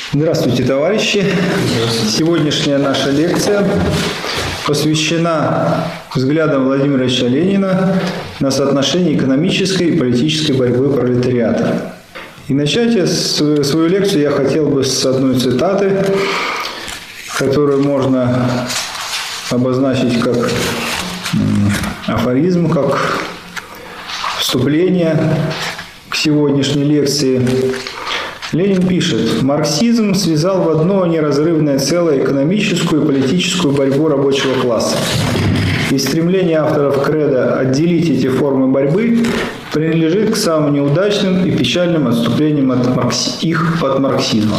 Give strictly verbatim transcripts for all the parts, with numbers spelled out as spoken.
Здравствуйте, товарищи! Сегодняшняя наша лекция посвящена взглядам Владимира Ильича Ленина на соотношение экономической и политической борьбы пролетариата. И начать я свою лекцию я хотел бы с одной цитаты, которую можно обозначить как афоризм, как вступление к сегодняшней лекции. Ленин пишет: «Марксизм связал в одно неразрывное целое экономическую и политическую борьбу рабочего класса. И стремление авторов кредо отделить эти формы борьбы принадлежит к самым неудачным и печальным отступлениям от маркс... их от марксизма».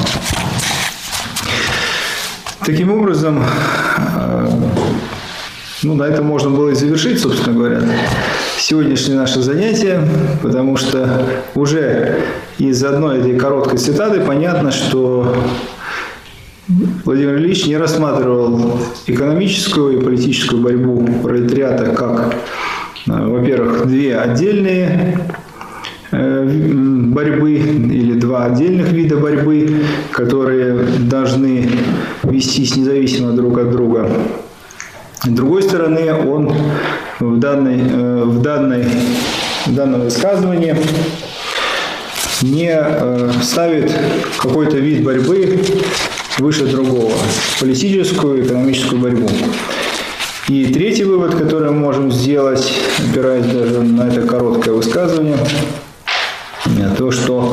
Таким образом, ну, на этом можно было и завершить, собственно говоря, сегодняшнее наше занятие, потому что уже из одной этой короткой цитаты понятно, что Владимир Ильич не рассматривал экономическую и политическую борьбу пролетариата как, во-первых, две отдельные борьбы или два отдельных вида борьбы, которые должны вестись независимо друг от друга. С другой стороны, он в, данной, в, данной, в данном высказывании не ставит какой-то вид борьбы выше другого, политическую и экономическую борьбу. И третий вывод, который мы можем сделать, опираясь даже на это короткое высказывание, то, что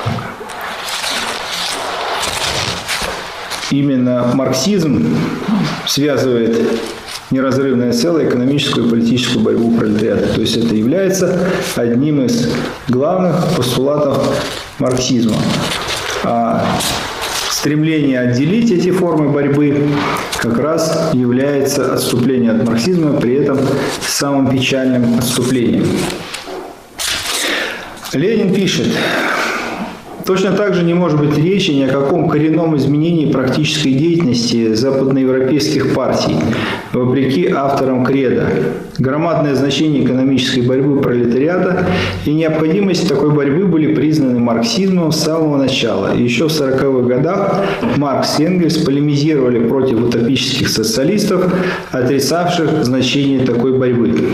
именно марксизм связывает неразрывное целое экономическую и политическую борьбу пролетариата. То есть это является одним из главных постулатов марксизма. А стремление отделить эти формы борьбы как раз является отступлением от марксизма, при этом самым печальным отступлением. Ленин пишет: «Точно так же не может быть речи ни о каком коренном изменении практической деятельности западноевропейских партий, вопреки авторам кредо. Громадное значение экономической борьбы пролетариата и необходимость такой борьбы были признаны марксизмом с самого начала. И еще в сороковых годах Маркс и Энгельс полемизировали против утопических социалистов, отрицавших значение такой борьбы».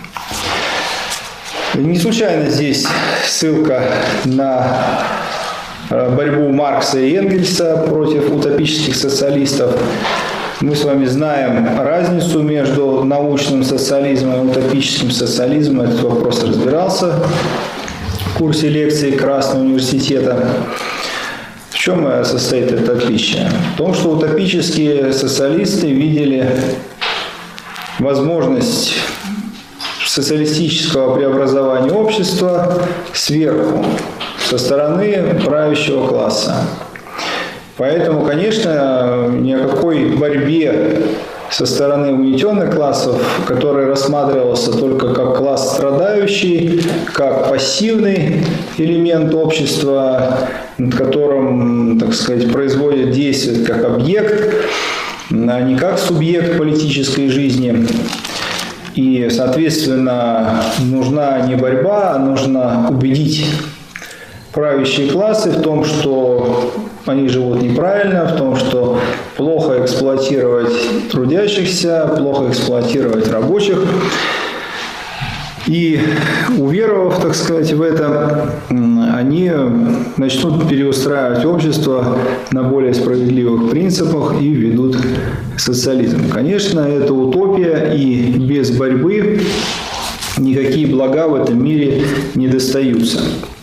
Не случайно здесь ссылка на борьбу Маркса и Энгельса против утопических социалистов. Мы с вами знаем разницу между научным социализмом и утопическим социализмом. Этот вопрос разбирался в курсе лекций Красного университета. В чем состоит это отличие? В том, что утопические социалисты видели возможность социалистического преобразования общества сверху, со стороны правящего класса. Поэтому, конечно, ни о какой борьбе со стороны угнетенных классов, который рассматривался только как класс страдающий, как пассивный элемент общества, над которым, так сказать, производит действие как объект, а не как субъект политической жизни. И, соответственно, нужна не борьба, а нужно убедить правящие классы в том, что они живут неправильно, в том, что плохо эксплуатировать трудящихся, плохо эксплуатировать рабочих. И, уверовав, так сказать, в это, они начнут переустраивать общество на более справедливых принципах и введут социализм. Конечно, это утопия, и без борьбы никакие блага в этом мире не достаются.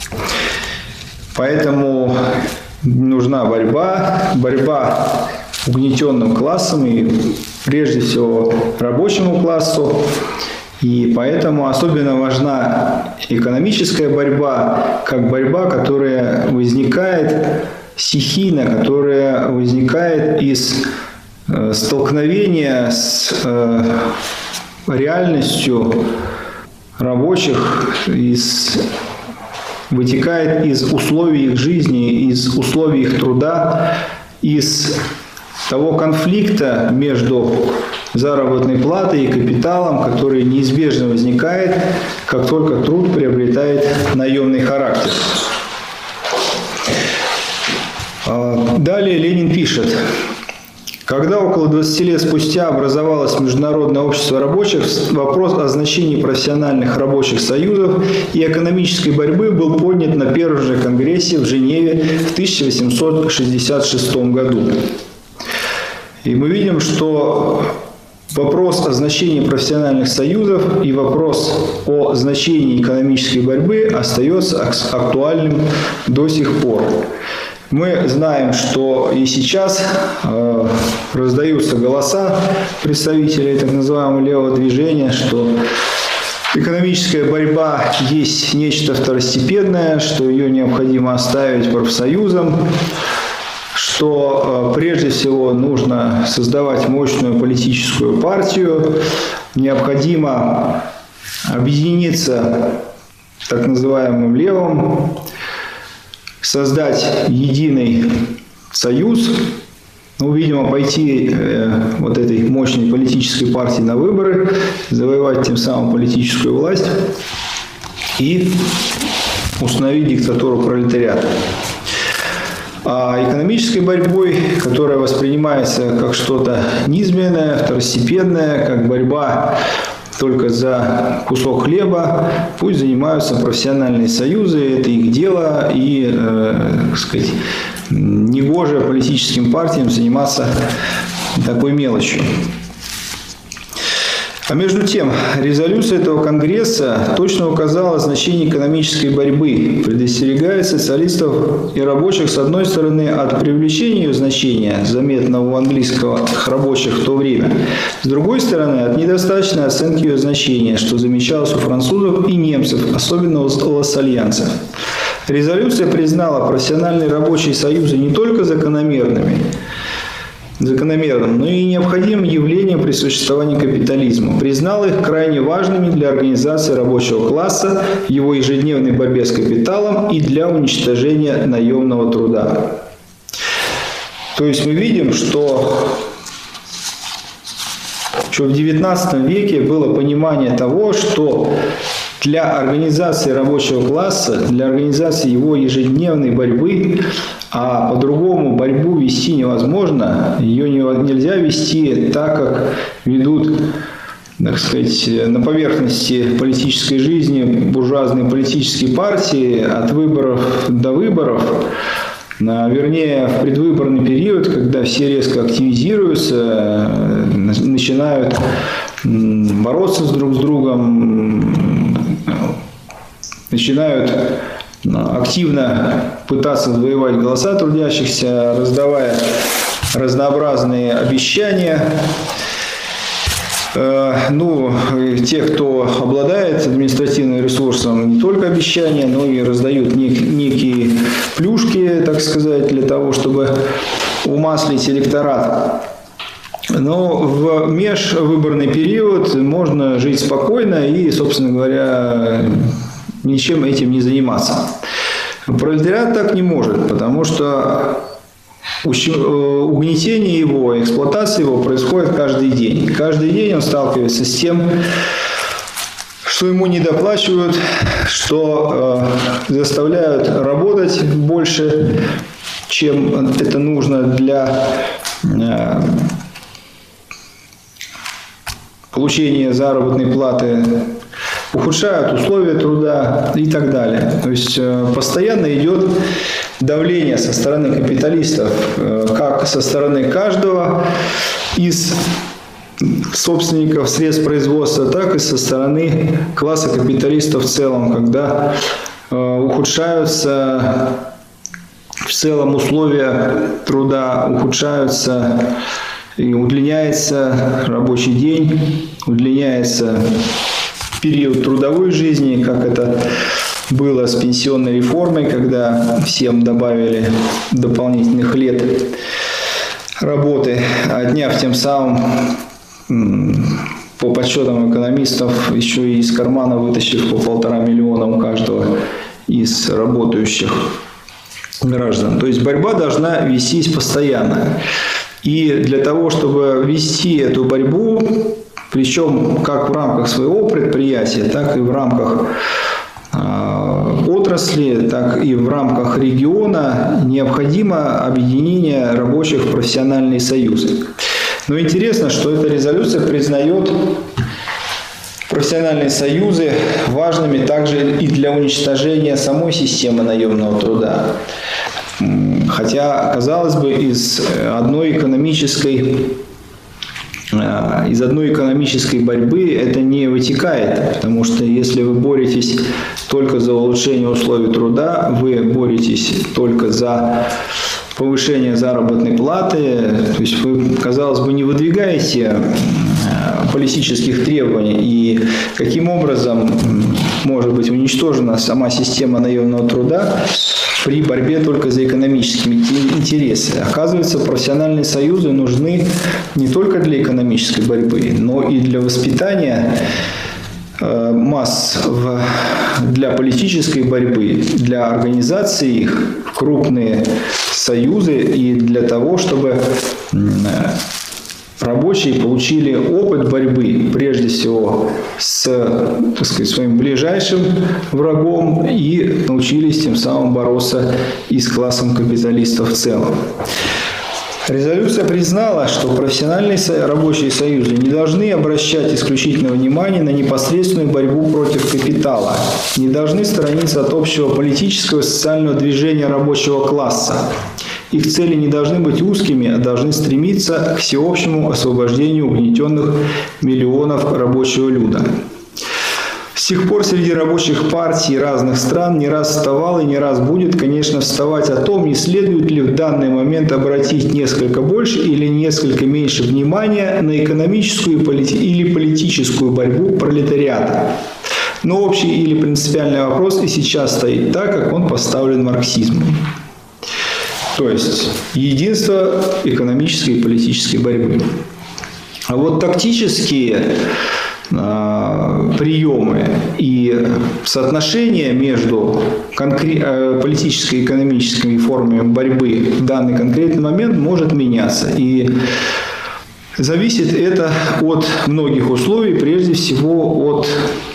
Поэтому нужна борьба, борьба угнетенным классом и прежде всего рабочему классу. И поэтому особенно важна экономическая борьба, как борьба, которая возникает стихийно, которая возникает из э, столкновения с э, реальностью рабочих, из, вытекает из условий их жизни, из условий их труда, из того конфликта между заработной платой и капиталом, который неизбежно возникает, как только труд приобретает наемный характер. Далее Ленин пишет: когда около двадцати лет спустя образовалось Международное общество рабочих, вопрос о значении профессиональных рабочих союзов и экономической борьбы был поднят на первом же конгрессе в Женеве в тысяча восемьсот шестьдесят шестом году. И мы видим, что вопрос о значении профессиональных союзов и вопрос о значении экономической борьбы остается актуальным до сих пор. Мы знаем, что и сейчас э, раздаются голоса представителей так называемого левого движения, что экономическая борьба есть нечто второстепенное, что ее необходимо оставить профсоюзам, что э, прежде всего нужно создавать мощную политическую партию, необходимо объединиться так называемым левым, создать единый союз, ну, видимо, пойти э, вот этой мощной политической партии на выборы, завоевать тем самым политическую власть и установить диктатуру пролетариата. А экономической борьбой, которая воспринимается как что-то низменное, второстепенное, как борьба только за кусок хлеба, пусть занимаются профессиональные союзы, это их дело, и, э, так сказать, негоже политическим партиям заниматься такой мелочью. А между тем, резолюция этого Конгресса точно указала значение экономической борьбы, предостерегая социалистов и рабочих, с одной стороны, от привлечения ее значения, заметного у английских рабочих в то время, с другой стороны, от недостаточной оценки ее значения, что замечалось у французов и немцев, особенно у лассальянцев. Резолюция признала профессиональные рабочие союзы не только закономерными, закономерным, но и необходимым явлением при существовании капитализма. Признал их крайне важными для организации рабочего класса, в его ежедневной борьбе с капиталом и для уничтожения наемного труда. То есть мы видим, что, что в девятнадцатом веке было понимание того, что для организации рабочего класса, для организации его ежедневной борьбы, а по-другому борьбу вести невозможно, ее нельзя вести так, как ведут, так сказать, на поверхности политической жизни буржуазные политические партии от выборов до выборов, вернее, в предвыборный период, когда все резко активизируются, начинают бороться друг с другом, начинают активно пытаться завоевать голоса трудящихся, раздавая разнообразные обещания. Ну, те, кто обладает административным ресурсом, не только обещания, но и раздают нек- некие плюшки, так сказать, для того, чтобы умаслить электорат. Но в межвыборный период можно жить спокойно и, собственно говоря, ничем этим не заниматься. Пролетариат так не может, потому что угнетение его, эксплуатация его происходит каждый день. Каждый день он сталкивается с тем, что ему недоплачивают, что э, заставляют работать больше, чем это нужно для э, получения заработной платы, ухудшают условия труда и так далее. То есть э, постоянно идет давление со стороны капиталистов, э, как со стороны каждого из собственников средств производства, так и со стороны класса капиталистов в целом, когда э, ухудшаются в целом условия труда, ухудшаются и удлиняется рабочий день, удлиняется период трудовой жизни, как это было с пенсионной реформой, когда всем добавили дополнительных лет работы, отняв тем самым, по подсчетам экономистов, еще и из кармана вытащив по полтора миллиона у каждого из работающих граждан. То есть борьба должна вестись постоянно. И для того, чтобы вести эту борьбу, причем как в рамках своего предприятия, так и в рамках отрасли, так и в рамках региона необходимо объединение рабочих в профессиональные союзы. Но интересно, что эта резолюция признает профессиональные союзы важными также и для уничтожения самой системы наемного труда. Хотя, казалось бы, из одной экономической, из одной экономической борьбы это не вытекает, потому что если вы боретесь только за улучшение условий труда, вы боретесь только за повышение заработной платы, то есть вы, казалось бы, не выдвигаете политических требований, и каким образом может быть уничтожена сама система наемного труда при борьбе только за экономическими интересы. Оказывается, профессиональные союзы нужны не только для экономической борьбы, но и для воспитания масс для политической борьбы, для организации их в крупные союзы и для того, чтобы рабочие получили опыт борьбы, прежде всего, с, так сказать, своим ближайшим врагом и научились тем самым бороться и с классом капиталистов в целом. Резолюция признала, что профессиональные рабочие союзы не должны обращать исключительное внимание на непосредственную борьбу против капитала, не должны сторониться от общего политического и социального движения рабочего класса. Их цели не должны быть узкими, а должны стремиться к всеобщему освобождению угнетенных миллионов рабочего люда. С тех пор среди рабочих партий разных стран не раз вставал и не раз будет, конечно, вставать о том, не следует ли в данный момент обратить несколько больше или несколько меньше внимания на экономическую или политическую борьбу пролетариата. Но общий или принципиальный вопрос и сейчас стоит так, как он поставлен марксизмом. То есть единство экономической и политической борьбы. А вот тактические э, приемы и соотношение между конкрет, э, политической и экономической формами борьбы в данный конкретный момент может меняться. И зависит это от многих условий, прежде всего от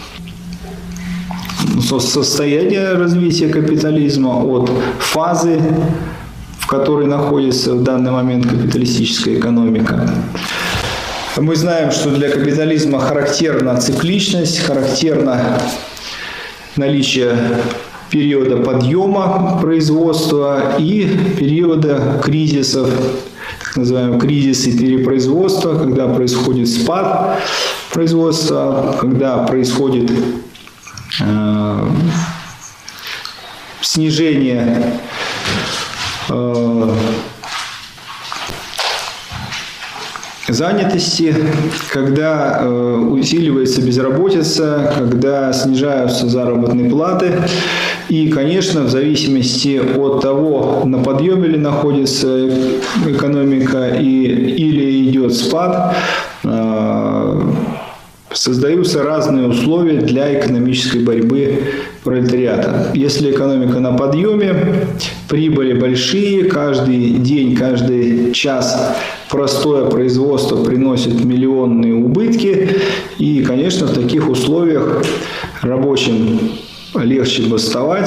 состояния развития капитализма, от фазы, в которой находится в данный момент капиталистическая экономика. Мы знаем, что для капитализма характерна цикличность, характерно наличие периода подъема производства и периода кризисов, так называемые кризисы перепроизводства, когда происходит спад производства, когда происходит э, снижение занятости, когда э, усиливается безработица, когда снижаются заработные платы. И, конечно, в зависимости от того, на подъеме ли находится экономика и, или идет спад, э, создаются разные условия для экономической борьбы пролетариата. Если экономика на подъеме, прибыли большие, каждый день, каждый час простое производство приносит миллионные убытки. И, конечно, в таких условиях рабочим легче бастовать.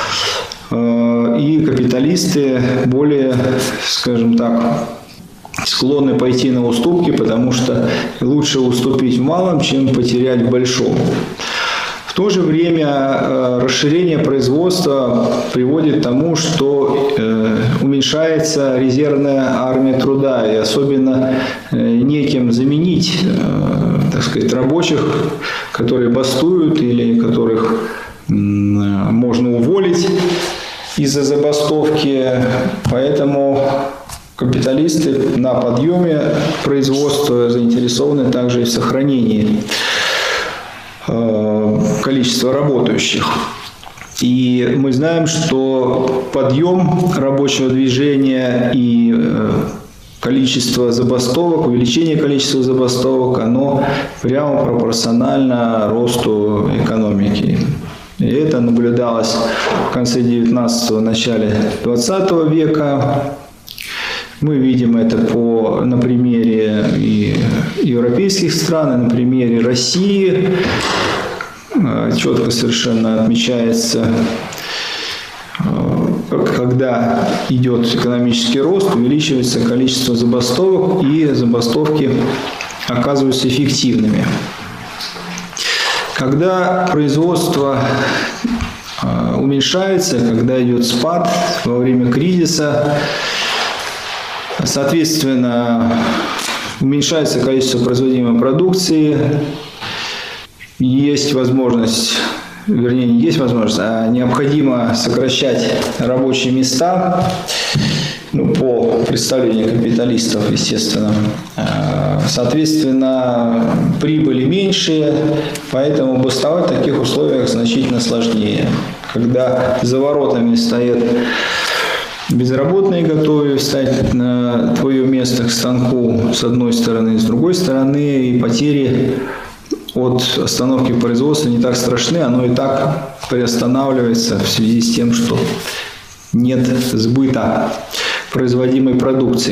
И капиталисты более, скажем так, склонны пойти на уступки, потому что лучше уступить в малом, чем потерять в большом. В то же время расширение производства приводит к тому, что уменьшается резервная армия труда, и особенно неким заменить, так сказать, рабочих, которые бастуют или которых можно уволить из-за забастовки. Поэтому капиталисты на подъеме производства заинтересованы также и в сохранении количества работающих. И мы знаем, что подъем рабочего движения и количество забастовок, увеличение количества забастовок, оно прямо пропорционально росту экономики. И это наблюдалось в конце девятнадцатого, начале двадцатого века. Мы видим это по, на примере и европейских стран, и на примере России. Четко совершенно отмечается когда идет экономический рост, увеличивается количество забастовок, и забастовки оказываются эффективными. Когда производство уменьшается, когда идет спад во время кризиса, соответственно, уменьшается количество производимой продукции, есть возможность, вернее, не есть возможность, а необходимо сокращать рабочие места, ну, по представлению капиталистов, естественно. Соответственно, прибыли меньше, поэтому бастовать в таких условиях значительно сложнее. Когда за воротами стоят безработные, готовые встать на твое место к станку с одной стороны, с другой стороны, и потери от остановки производства не так страшны, оно и так приостанавливается в связи с тем, что нет сбыта производимой продукции.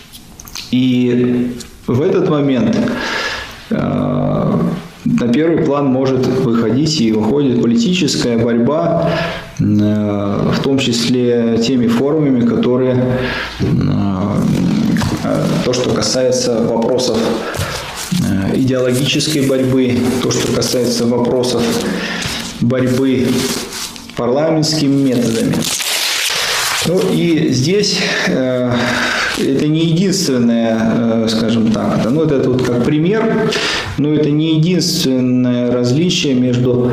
И в этот момент э, на первый план может выходить и выходит политическая борьба, э, в том числе теми форумами, которые э, э, то, что касается вопросов э, идеологической борьбы, то, что касается вопросов борьбы парламентскими методами. Ну и здесь э, это не единственное, э, скажем так, да, ну это вот как пример, но это не единственное различие между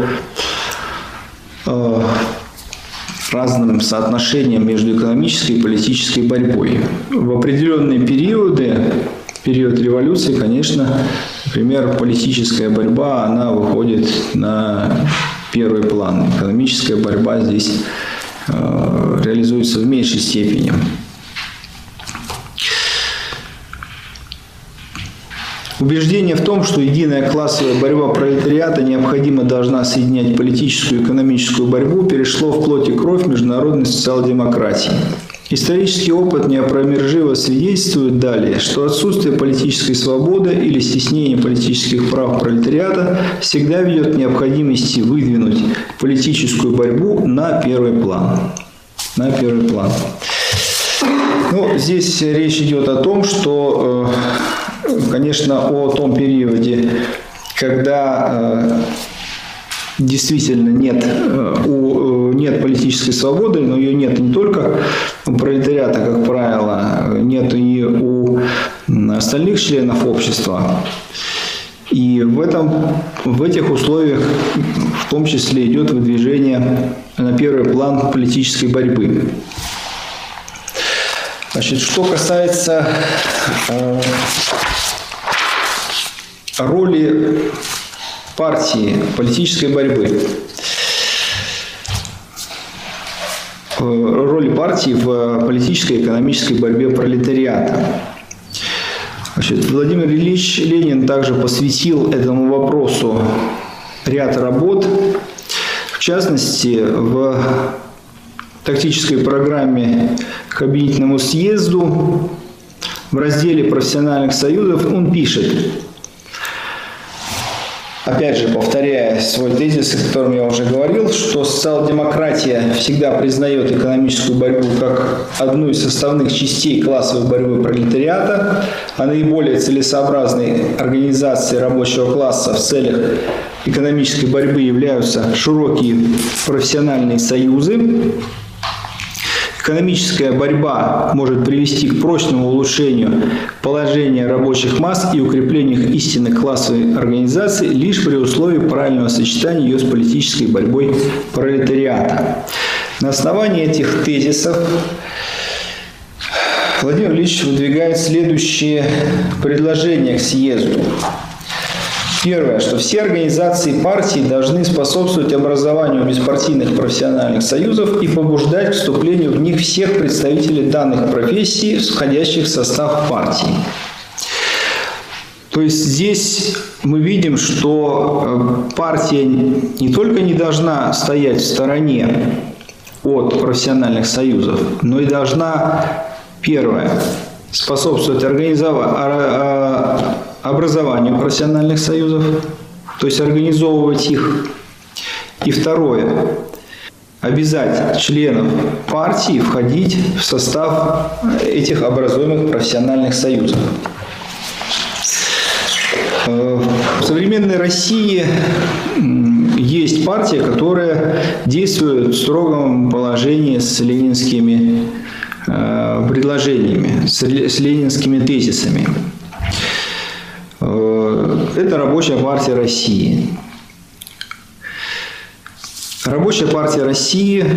э, разным соотношением между экономической и политической борьбой. В определенные периоды, период революции, конечно, например, политическая борьба, она выходит на первый план. Экономическая борьба здесь реализуется в меньшей степени. Убеждение в том, что единая классовая борьба пролетариата необходимо должна соединять политическую и экономическую борьбу, перешло в плоть и кровь международной социал-демократии. Исторический опыт неопровержимо свидетельствует далее, что отсутствие политической свободы или стеснение политических прав пролетариата всегда ведет к необходимости выдвинуть политическую борьбу на первый план. На первый план. Ну, здесь речь идет о том, что, конечно, о том периоде, когда действительно нет, у, нет политической свободы, но ее нет не только у пролетариата, как правило, нет и у остальных членов общества. И в, этом, в этих условиях в том числе идет выдвижение на первый план политической борьбы. Значит, что касается э, роли партии, политической борьбы. Роли партии в политической и экономической борьбе пролетариата. Значит, Владимир Ильич Ленин также посвятил этому вопросу ряд работ. В частности, в тактической программе к объединительному съезду в разделе профессиональных союзов он пишет, опять же, повторяя свой тезис, о котором я уже говорил, что социал-демократия всегда признает экономическую борьбу как одну из составных частей классовой борьбы пролетариата, а наиболее целесообразной организацией рабочего класса в целях экономической борьбы являются широкие профессиональные союзы. Экономическая борьба может привести к прочному улучшению положения рабочих масс и укреплению их истинной классовой организации лишь при условии правильного сочетания ее с политической борьбой пролетариата. На основании этих тезисов Владимир Ильич выдвигает следующие предложения к съезду. Первое, что все организации партии должны способствовать образованию беспартийных профессиональных союзов и побуждать к вступлению в них всех представителей данных профессий, входящих в состав партии. То есть здесь мы видим, что партия не только не должна стоять в стороне от профессиональных союзов, но и должна, первое, способствовать организованию образованию профессиональных союзов, то есть организовывать их. И второе, обязать членов партии входить в состав этих образуемых профессиональных союзов. В современной России есть партия, которая действует в строгом положении с ленинскими предложениями, с ленинскими тезисами. Это Рабочая партия России. Рабочая партия России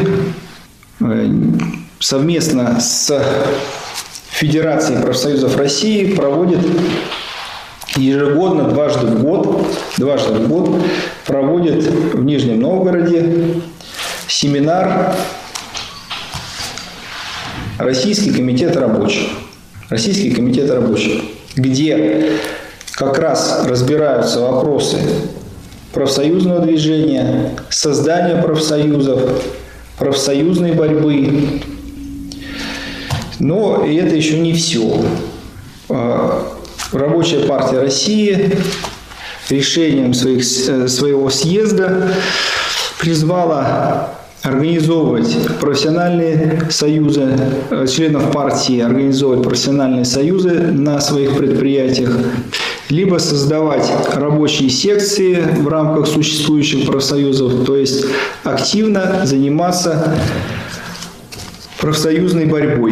совместно с Федерацией профсоюзов России проводит ежегодно, дважды в год, дважды в год проводит в Нижнем Новгороде семинар Российский комитет рабочих. Российский комитет рабочих, где как раз разбираются вопросы профсоюзного движения, создания профсоюзов, профсоюзной борьбы. Но это еще не все. Рабочая партия России решением своих, своего съезда призвала организовывать профессиональные союзы, членов партии организовывать профессиональные союзы на своих предприятиях, либо создавать рабочие секции в рамках существующих профсоюзов, то есть активно заниматься профсоюзной борьбой.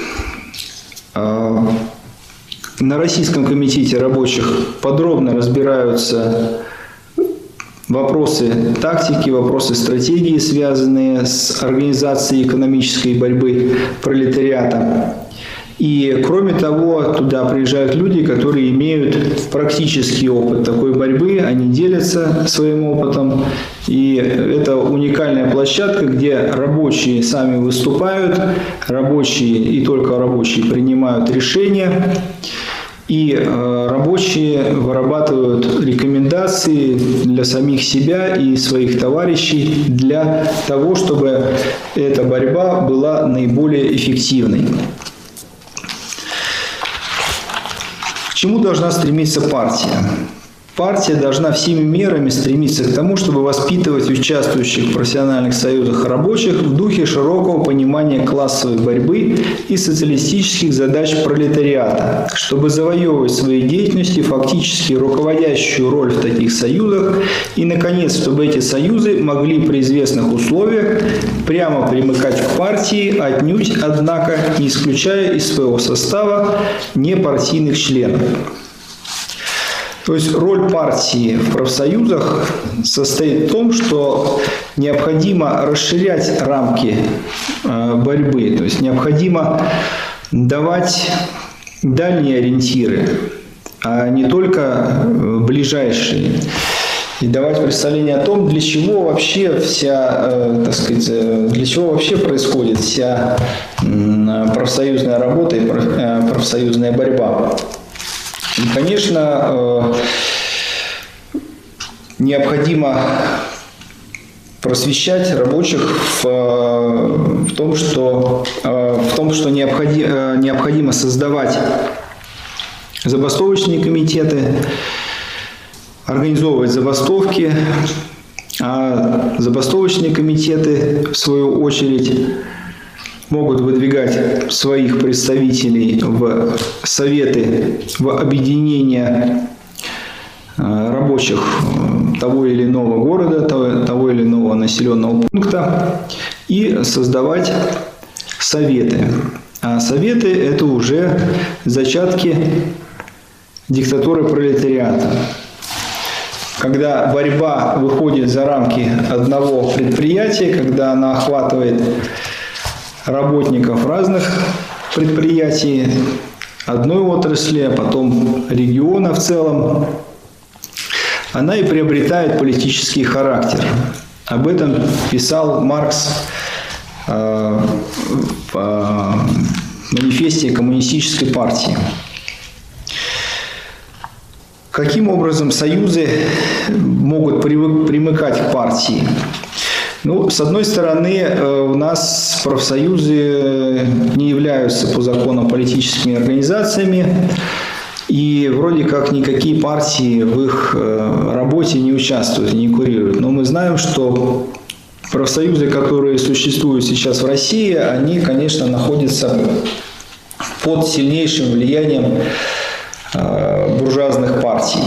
На Российском комитете рабочих подробно разбираются вопросы тактики, вопросы стратегии, связанные с организацией экономической борьбы пролетариата. И кроме того, туда приезжают люди, которые имеют практический опыт такой борьбы, они делятся своим опытом. И это уникальная площадка, где рабочие сами выступают, рабочие и только рабочие принимают решения. И э, рабочие вырабатывают рекомендации для самих себя и своих товарищей для того, чтобы эта борьба была наиболее эффективной. К чему должна стремиться партия? Партия должна всеми мерами стремиться к тому, чтобы воспитывать участвующих в профессиональных союзах рабочих в духе широкого понимания классовой борьбы и социалистических задач пролетариата, чтобы завоевывать своей деятельностью фактически руководящую роль в таких союзах и, наконец, чтобы эти союзы могли при известных условиях прямо примыкать к партии, отнюдь, однако, не исключая из своего состава непартийных членов. То есть роль партии в профсоюзах состоит в том, что необходимо расширять рамки борьбы, то есть необходимо давать дальние ориентиры, а не только ближайшие. И давать представление о том, для чего вообще вся, так сказать, для чего вообще происходит вся профсоюзная работа и профсоюзная борьба. И, конечно, необходимо просвещать рабочих в, в том, что, в том, что необходимо, необходимо создавать забастовочные комитеты, организовывать забастовки, а забастовочные комитеты, в свою очередь, могут выдвигать своих представителей в советы, в объединения рабочих того или иного города, того, того или иного населенного пункта и создавать советы. А советы – это уже зачатки диктатуры пролетариата. Когда борьба выходит за рамки одного предприятия, когда она охватывает работников разных предприятий, одной отрасли, а потом региона в целом, она и приобретает политический характер. Об этом писал Маркс э, в манифесте Коммунистической партии. Каким образом союзы могут примыкать к партии? Ну, с одной стороны, у нас профсоюзы не являются по закону политическими организациями, и вроде как никакие партии в их работе не участвуют, не курируют. Но мы знаем, что профсоюзы, которые существуют сейчас в России, они, конечно, находятся под сильнейшим влиянием буржуазных партий.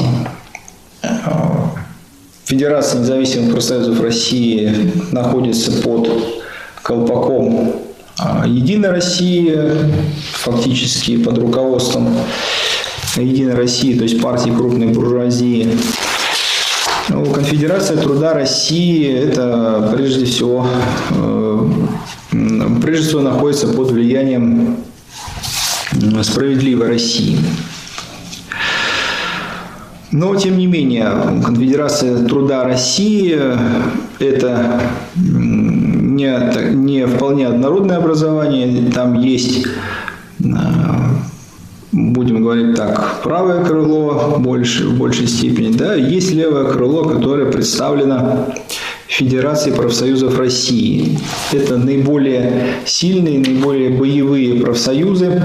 Федерация независимых профсоюзов России находится под колпаком Единой России, фактически под руководством Единой России, то есть партии крупной буржуазии. Ну, Конфедерация труда России – это прежде всего, прежде всего находится под влиянием справедливой России. Но, тем не менее, Конфедерация труда России – это не, не вполне однородное образование. Там есть, будем говорить так, правое крыло больше, в большей степени, да, есть левое крыло, которое представлено Федерацией профсоюзов России. Это наиболее сильные, наиболее боевые профсоюзы.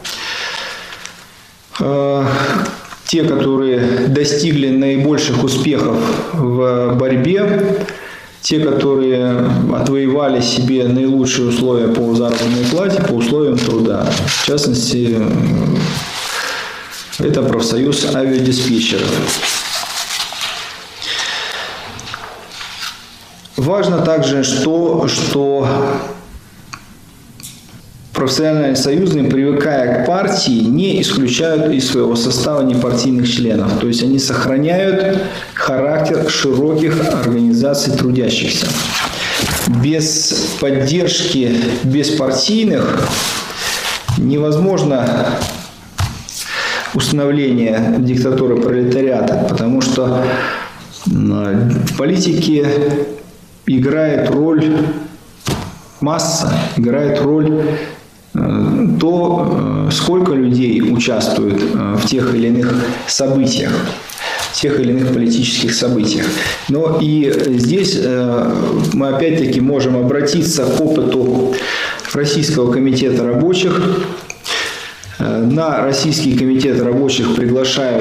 Те, которые достигли наибольших успехов в борьбе, те, которые отвоевали себе наилучшие условия по заработной плате, по условиям труда. В частности, это профсоюз авиадиспетчеров. Важно также, что, что профессиональные союзы, привыкая к партии, не исключают из своего состава непартийных членов. То есть они сохраняют характер широких организаций трудящихся. Без поддержки беспартийных невозможно установление диктатуры пролетариата, потому что в политике играет роль масса, играет роль то, сколько людей участвует в тех или иных событиях, в тех или иных политических событиях. Но и здесь мы опять-таки можем обратиться к опыту Российского комитета рабочих. На Российский комитет рабочих приглашают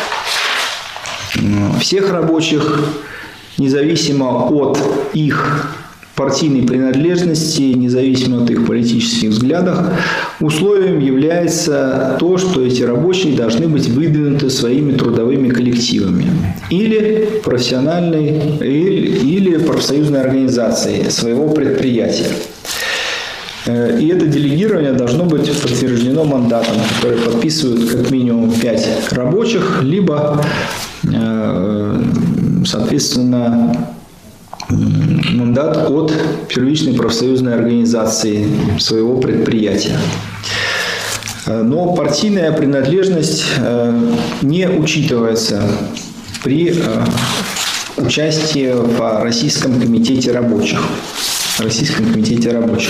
всех рабочих, независимо от их партийной принадлежности, независимо от их политических взглядов. Условием является то, что эти рабочие должны быть выдвинуты своими трудовыми коллективами или профессиональной, или, или профсоюзной организацией своего предприятия. И это делегирование должно быть подтверждено мандатом, который подписывают как минимум пять рабочих, либо, соответственно, мандат от первичной профсоюзной организации своего предприятия. Но партийная принадлежность не учитывается при участии в Российском комитете рабочих. Российском комитете рабочих.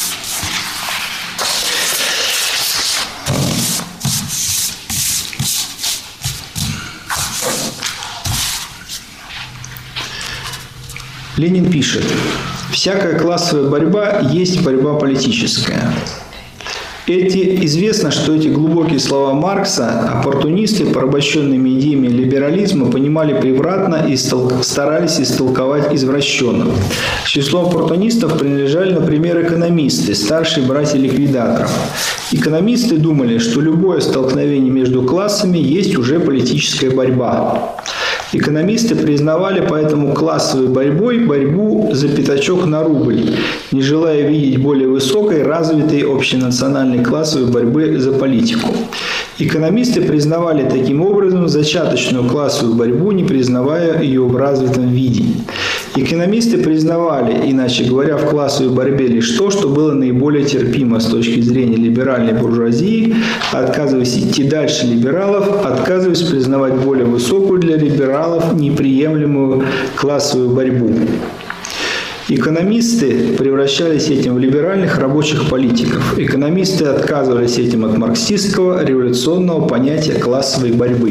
Ленин пишет: «Всякая классовая борьба есть борьба политическая». Эти, известно, что эти глубокие слова Маркса оппортунисты, порабощенными идеями либерализма, понимали превратно и истол- старались истолковать извращенно. К числу оппортунистов принадлежали, например, экономисты, старшие братья ликвидаторов. Экономисты думали, что любое столкновение между классами есть уже политическая борьба. Экономисты признавали поэтому классовой борьбой борьбу за пятачок на рубль, не желая видеть более высокой, развитой общенациональной классовой борьбы за политику. Экономисты признавали таким образом зачаточную классовую борьбу, не признавая ее в развитом виде. Экономисты признавали, иначе говоря, в классовой борьбе лишь то, что было наиболее терпимо с точки зрения либеральной буржуазии, отказываясь идти дальше либералов, отказываясь признавать более высокую для либералов неприемлемую классовую борьбу. Экономисты превращались этим в либеральных рабочих политиков. Экономисты отказывались этим от марксистского революционного понятия классовой борьбы.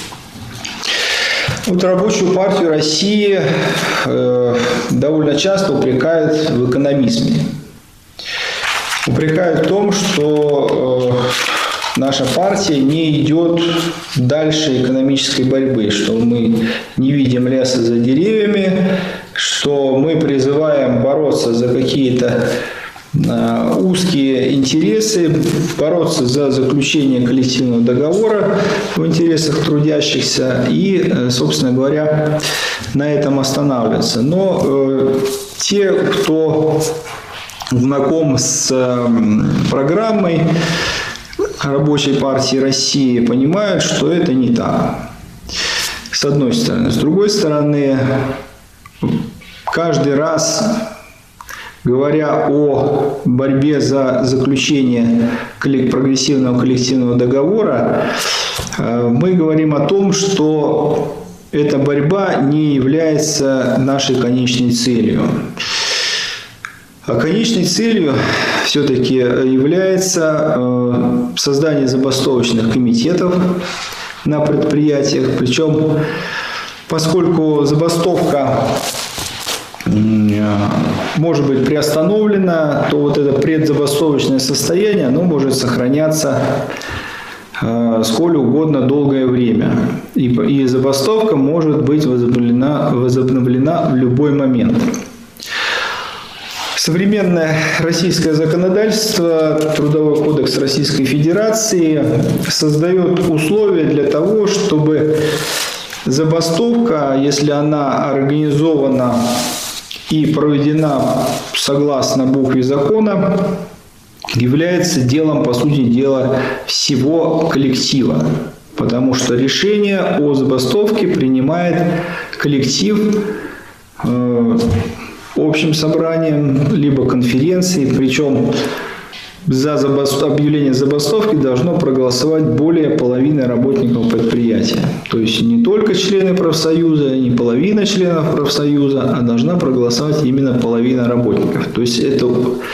Вот Рабочую партию России э, довольно часто упрекают в экономизме. Упрекают в том, что э, наша партия не идет дальше экономической борьбы, что мы не видим леса за деревьями, что мы призываем бороться за какие-то узкие интересы, бороться за заключение коллективного договора в интересах трудящихся и, собственно говоря, на этом останавливаться. Но э, те, кто знаком с э, программой Рабочей партии России, понимают, что это не так. С одной стороны. С другой стороны, каждый раз, говоря о борьбе за заключение прогрессивного коллективного договора, мы говорим о том, что эта борьба не является нашей конечной целью. А конечной целью все-таки является создание забастовочных комитетов на предприятиях. Причем, поскольку забастовка может быть приостановлена, то вот это предзабастовочное состояние, оно может сохраняться э, сколь угодно долгое время. И, и забастовка может быть возобновлена, возобновлена в любой момент. Современное российское законодательство, Трудовой кодекс Российской Федерации создает условия для того, чтобы забастовка, если она организована и проведена согласно букве закона, является делом, по сути дела, всего коллектива. Потому что решение о забастовке принимает коллектив э, общим собранием, либо конференцией. Причем за забастов... объявление забастовки должно проголосовать более половины работников предприятия. То есть не только члены профсоюза, не половина членов профсоюза, а должна проголосовать именно половина работников. То есть это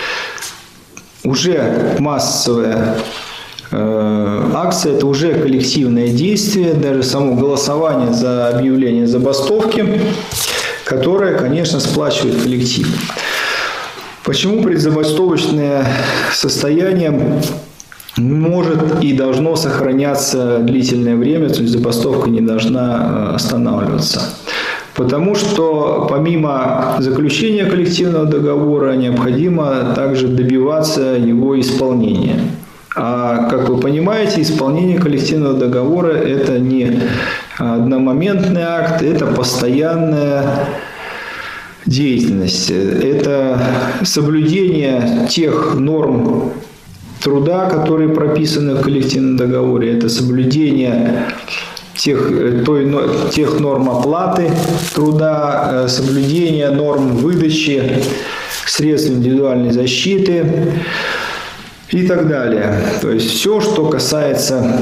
уже массовая э, акция, это уже коллективное действие, даже само голосование за объявление забастовки, которое, конечно, сплачивает коллектив. Почему предзабастовочное состояние может и должно сохраняться длительное время, то есть забастовка не должна останавливаться? Потому что помимо заключения коллективного договора необходимо также добиваться его исполнения. А, как вы понимаете, исполнение коллективного договора – это не одномоментный акт, это постоянная деятельность. Это соблюдение тех норм труда, которые прописаны в коллективном договоре, это соблюдение тех, той, тех норм оплаты труда, соблюдение норм выдачи средств индивидуальной защиты и так далее. То есть все, что касается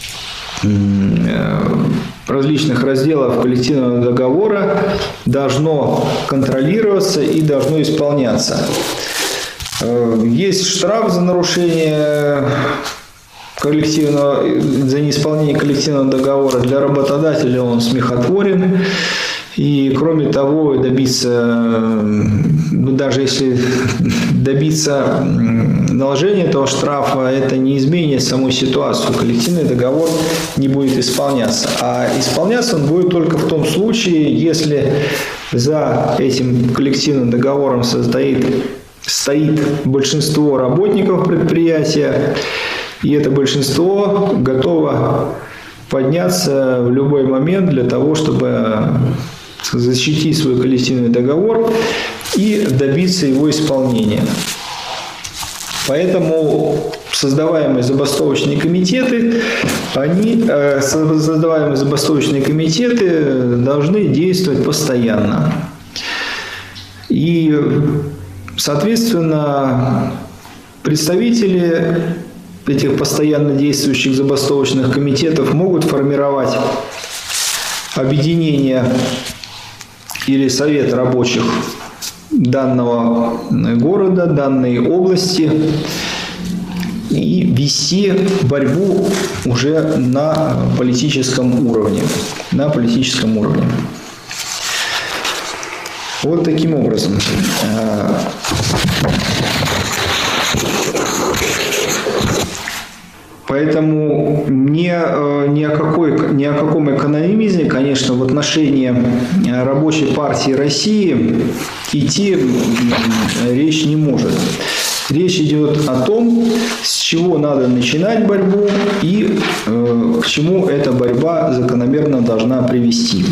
различных разделов коллективного договора, должно контролироваться и должно исполняться. Есть штраф за нарушение коллективного, за неисполнение коллективного договора. Для работодателя он смехотворен. И кроме того, добиться, даже если добиться наложения этого штрафа, это не изменит саму ситуацию. Коллективный договор не будет исполняться. А исполняться он будет только в том случае, если за этим коллективным договором состоит, стоит большинство работников предприятия, и это большинство готово подняться в любой момент для того, чтобы защитить свой коллективный договор и добиться его исполнения. Поэтому создаваемые забастовочные комитеты, они, э, создаваемые забастовочные комитеты должны действовать постоянно. И, соответственно, представители этих постоянно действующих забастовочных комитетов могут формировать объединение или совет рабочих данного города, данной области и вести борьбу уже на политическом уровне. На политическом уровне. Вот таким образом. Поэтому ни, ни, о какой, ни о каком экономизме, конечно, в отношении Рабочей партии России идти речь не может. Речь идет о том, с чего надо начинать борьбу и э, к чему эта борьба закономерно должна привести.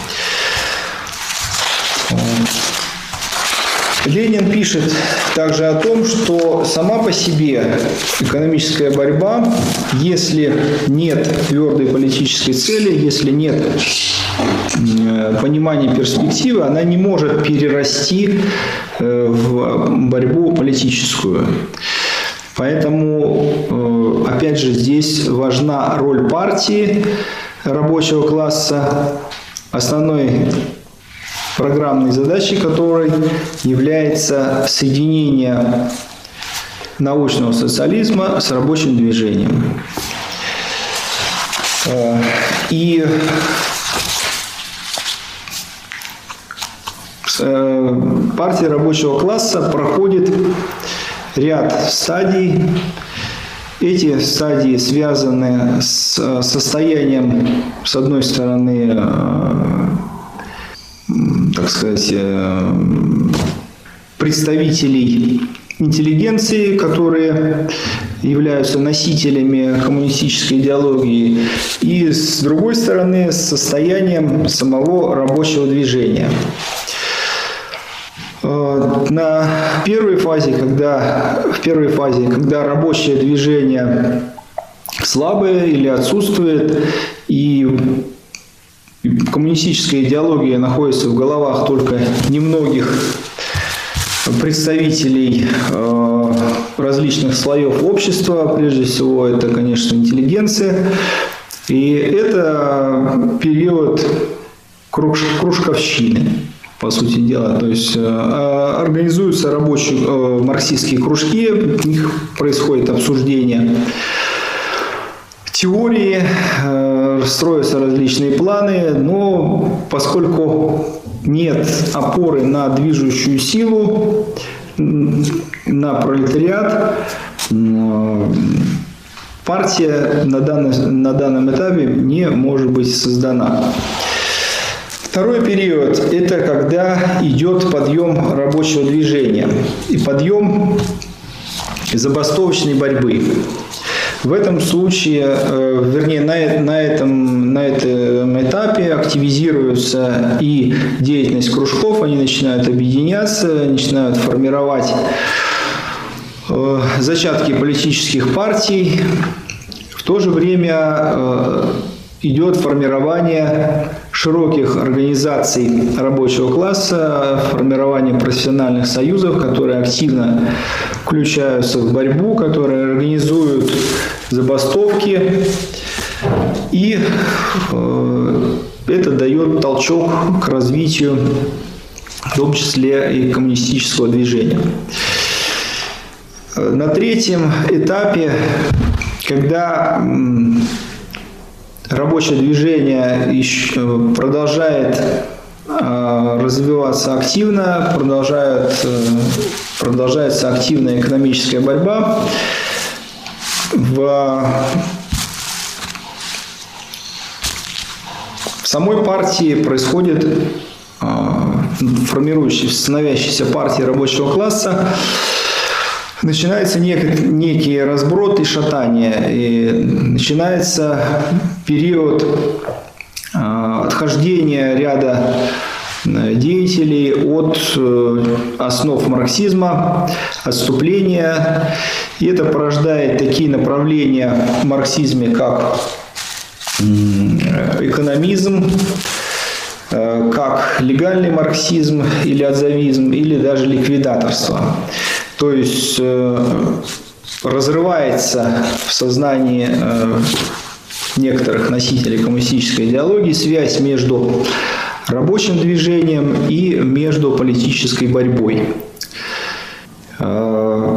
Ленин пишет также о том, что сама по себе экономическая борьба, если нет твердой политической цели, если нет понимания перспективы, она не может перерасти в борьбу политическую. Поэтому, опять же, здесь важна роль партии рабочего класса, основной программной задачей которой является соединение научного социализма с рабочим движением. И партия рабочего класса проходит ряд стадий. Эти стадии связаны с состоянием, с одной стороны, так сказать, представителей интеллигенции, которые являются носителями коммунистической идеологии, и, с другой стороны, с состоянием самого рабочего движения. На первой фазе, когда, в первой фазе, когда рабочее движение слабое или отсутствует, и коммунистическая идеология находится в головах только немногих представителей э, различных слоев общества, прежде всего это, конечно, интеллигенция, и это период круж, кружковщины, по сути дела, то есть э, организуются рабочие э, марксистские кружки, в них происходит обсуждение теории, э, строятся различные планы, но поскольку нет опоры на движущую силу, на пролетариат, партия на данном, на данном этапе не может быть создана. Второй период – это когда идет подъем рабочего движения и подъем забастовочной борьбы. В этом случае, вернее, на, на, этом, на этом этапе активизируется и деятельность кружков, они начинают объединяться, начинают формировать э, зачатки политических партий. В то же время э, идет формирование широких организаций рабочего класса, формирование профессиональных союзов, которые активно включаются в борьбу, которые организуют забастовки, и э, это дает толчок к развитию, в том числе и коммунистического движения. На третьем этапе, когда рабочее движение продолжает развиваться активно, продолжает, продолжается активная экономическая борьба, в, в самой партии происходит, формирующаяся, становящаяся партия рабочего класса, начинается нек, некий разброд и шатание, и начинается период э, отхождения ряда деятелей от э, основ марксизма, отступления, и это порождает такие направления в марксизме, как э, экономизм, э, как легальный марксизм или отзывизм, или даже ликвидаторство. То есть э, разрывается в сознании э, некоторых носителей коммунистической идеологии связь между рабочим движением и между политической борьбой. Э,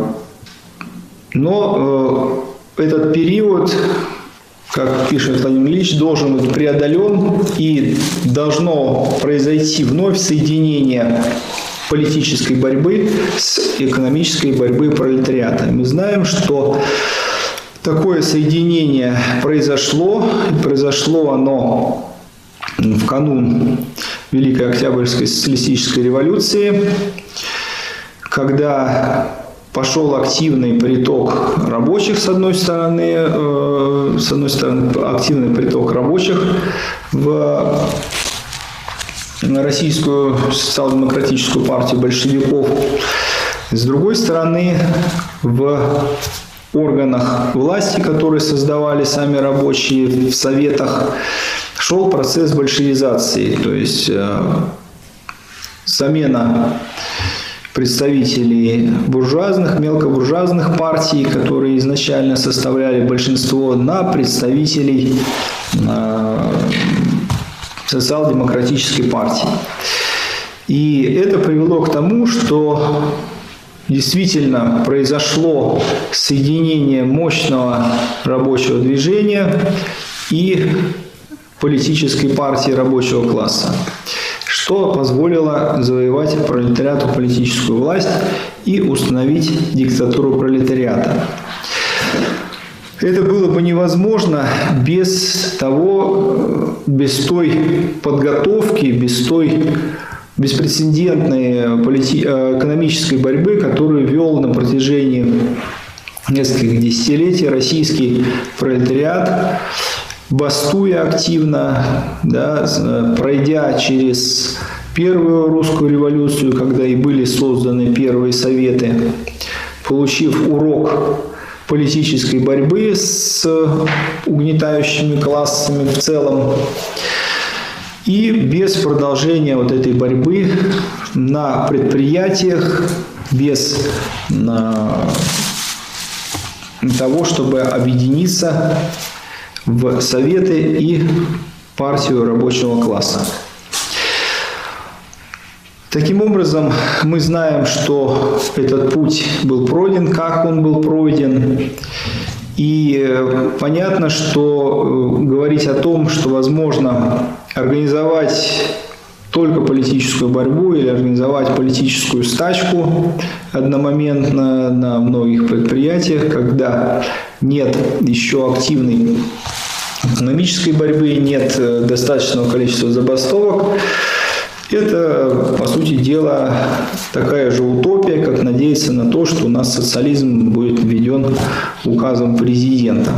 но э, этот период, как пишет Владимир Ильич, должен быть преодолен, и должно произойти вновь соединение политической борьбы с экономической борьбой пролетариата. Мы знаем, что такое соединение произошло. Произошло оно в канун Великой Октябрьской социалистической революции, когда пошел активный приток рабочих, с одной стороны, э, с одной стороны, активный приток рабочих в Российскую социал-демократическую партию большевиков, с другой стороны, в органах власти, которые создавали сами рабочие, в советах, шел процесс большевизации, то есть э, замена представителей буржуазных, мелкобуржуазных партий, которые изначально составляли большинство, на представителей э, социал-демократической партии. И это привело к тому, что действительно произошло соединение мощного рабочего движения и политической партии рабочего класса, что позволило завоевать пролетариату политическую власть и установить диктатуру пролетариата. Это было бы невозможно без того, без той подготовки, без той беспрецедентной полити... экономической борьбы, которую вел на протяжении нескольких десятилетий российский пролетариат, бастуя активно, да, пройдя через первую русскую революцию, когда и были созданы первые советы, получив урок политической борьбы с угнетающими классами в целом, и без продолжения вот этой борьбы на предприятиях, без на, того, чтобы объединиться в советы и партию рабочего класса. Таким образом, мы знаем, что этот путь был пройден, как он был пройден. И понятно, что говорить о том, что возможно организовать только политическую борьбу или организовать политическую стачку одномоментно на многих предприятиях, когда нет еще активной экономической борьбы, нет достаточного количества забастовок, это, по сути дела, такая же утопия, как надеяться на то, что у нас социализм будет введен указом президента.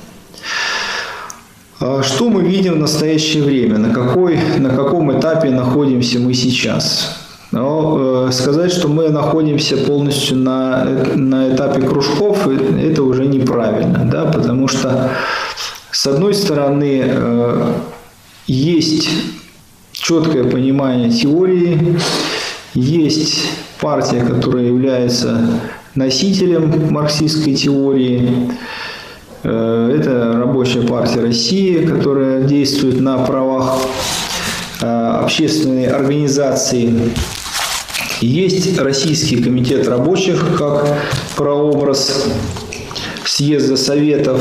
Что мы видим в настоящее время? На, какой, на каком этапе находимся мы сейчас? Но, э, сказать, что мы находимся полностью на, на этапе кружков, это уже неправильно, да, потому что, с одной стороны, э, есть четкое понимание теории, есть партия, которая является носителем марксистской теории. Это Рабочая партия России, которая действует на правах общественной организации. Есть Российский комитет рабочих как прообраз съезда советов.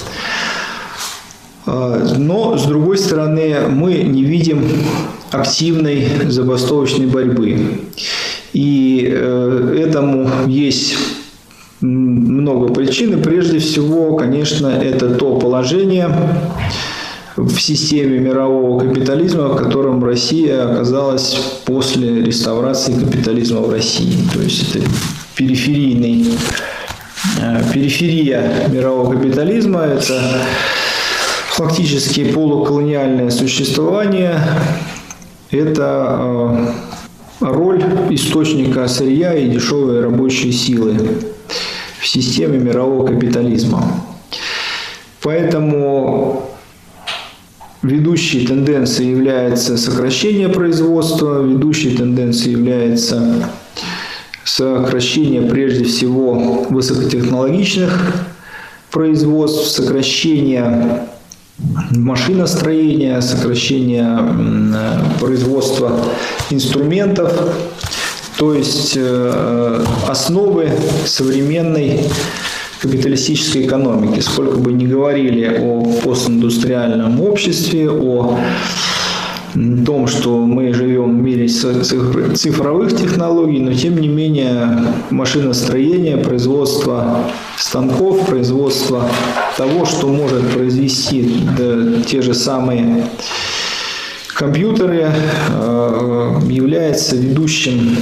Но, с другой стороны, мы не видим активной забастовочной борьбы. И этому есть много причин. И прежде всего, конечно, это то положение в системе мирового капитализма, в котором Россия оказалась после реставрации капитализма в России. То есть это периферийный, периферия мирового капитализма, это фактически полуколониальное существование, это роль источника сырья и дешевой рабочей силы в системе мирового капитализма. Поэтому ведущей тенденцией является сокращение производства, ведущей тенденцией является сокращение прежде всего высокотехнологичных производств, сокращение машиностроения, сокращение производства инструментов, то есть основы современной капиталистической экономики. Сколько бы ни говорили о постиндустриальном обществе, о том, что мы живем в мире цифровых технологий, но тем не менее машиностроение, производство станков, производство того, что может произвести да, те же самые компьютеры, является ведущим,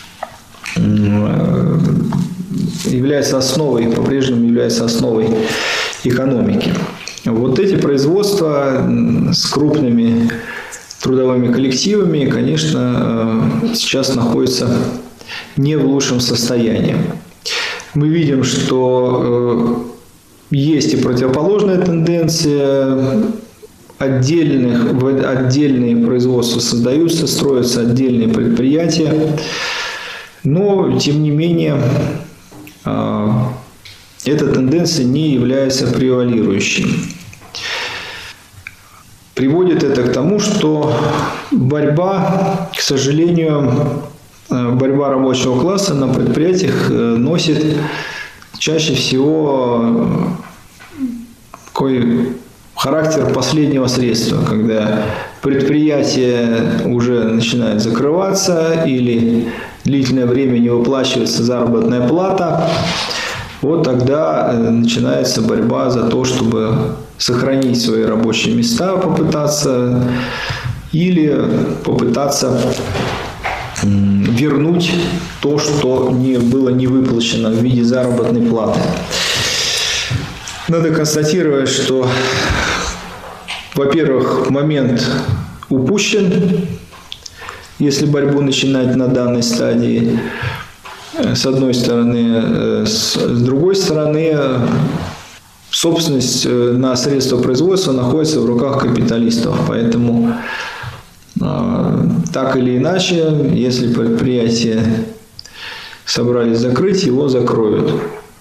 является основой, по-прежнему является основой экономики. Вот эти производства с крупными трудовыми коллективами, конечно, сейчас находятся не в лучшем состоянии. Мы видим, что есть и противоположная тенденция. Отдельных, отдельные производства создаются, строятся отдельные предприятия. Но, тем не менее, эта тенденция не является превалирующей. Приводит это к тому, что борьба, к сожалению, борьба рабочего класса на предприятиях носит чаще всего такой характер последнего средства, когда предприятие уже начинает закрываться или длительное время не выплачивается заработная плата. Вот тогда начинается борьба за то, чтобы сохранить свои рабочие места, попытаться или попытаться вернуть то, что не было не выплачено в виде заработной платы. Надо констатировать, что, во-первых, момент упущен, если борьбу начинать на данной стадии. С одной стороны, с другой стороны, собственность на средства производства находится в руках капиталистов. Поэтому, так или иначе, если предприятие собрались закрыть, его закроют.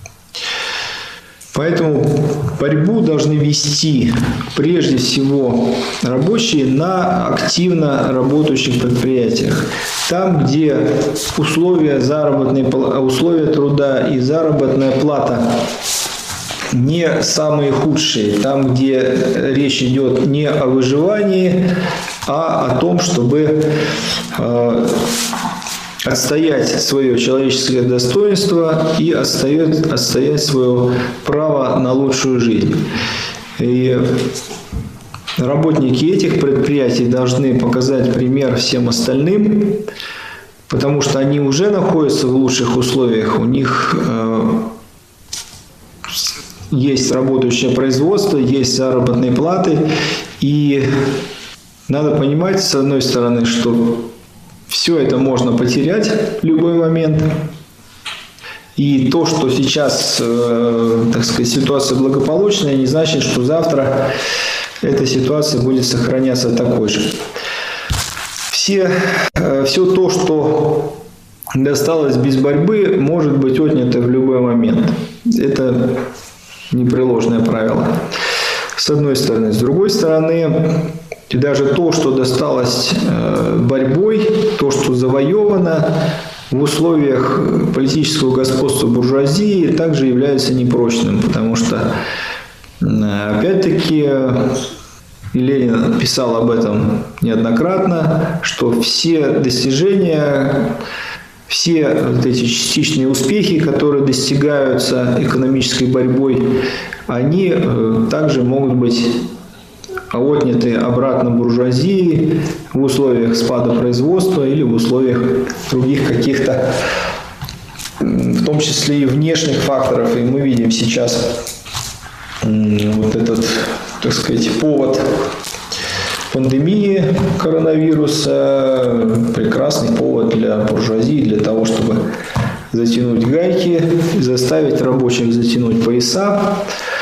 Поэтому борьбу должны вести прежде всего рабочие на активно работающих предприятиях. Там, где условия, заработной, условия труда и заработная плата не самые худшие, там, где речь идет не о выживании, а о том, чтобы э, отстоять свое человеческое достоинство и отстоять, отстоять свое право на лучшую жизнь. И работники этих предприятий должны показать пример всем остальным, потому что они уже находятся в лучших условиях, у них э, есть работающее производство, есть заработные платы, и надо понимать, с одной стороны, что все это можно потерять в любой момент. И то, что сейчас, э, так сказать, ситуация благополучная, не значит, что завтра эта ситуация будет сохраняться такой же. Все, э, все то, что досталось без борьбы, может быть отнято в любой момент. Это непреложное правило. С одной стороны. С другой стороны, и даже то, что досталось борьбой, то, что завоевано в условиях политического господства буржуазии, также является непрочным, потому что, опять-таки, и Ленин писал об этом неоднократно, что все достижения, все вот эти частичные успехи, которые достигаются экономической борьбой, они также могут быть отняты обратно буржуазии в условиях спада производства или в условиях других каких-то, в том числе и внешних факторов. И мы видим сейчас вот этот, так сказать, повод пандемии коронавируса, прекрасный повод для буржуазии, для того, чтобы затянуть гайки, заставить рабочих затянуть пояса.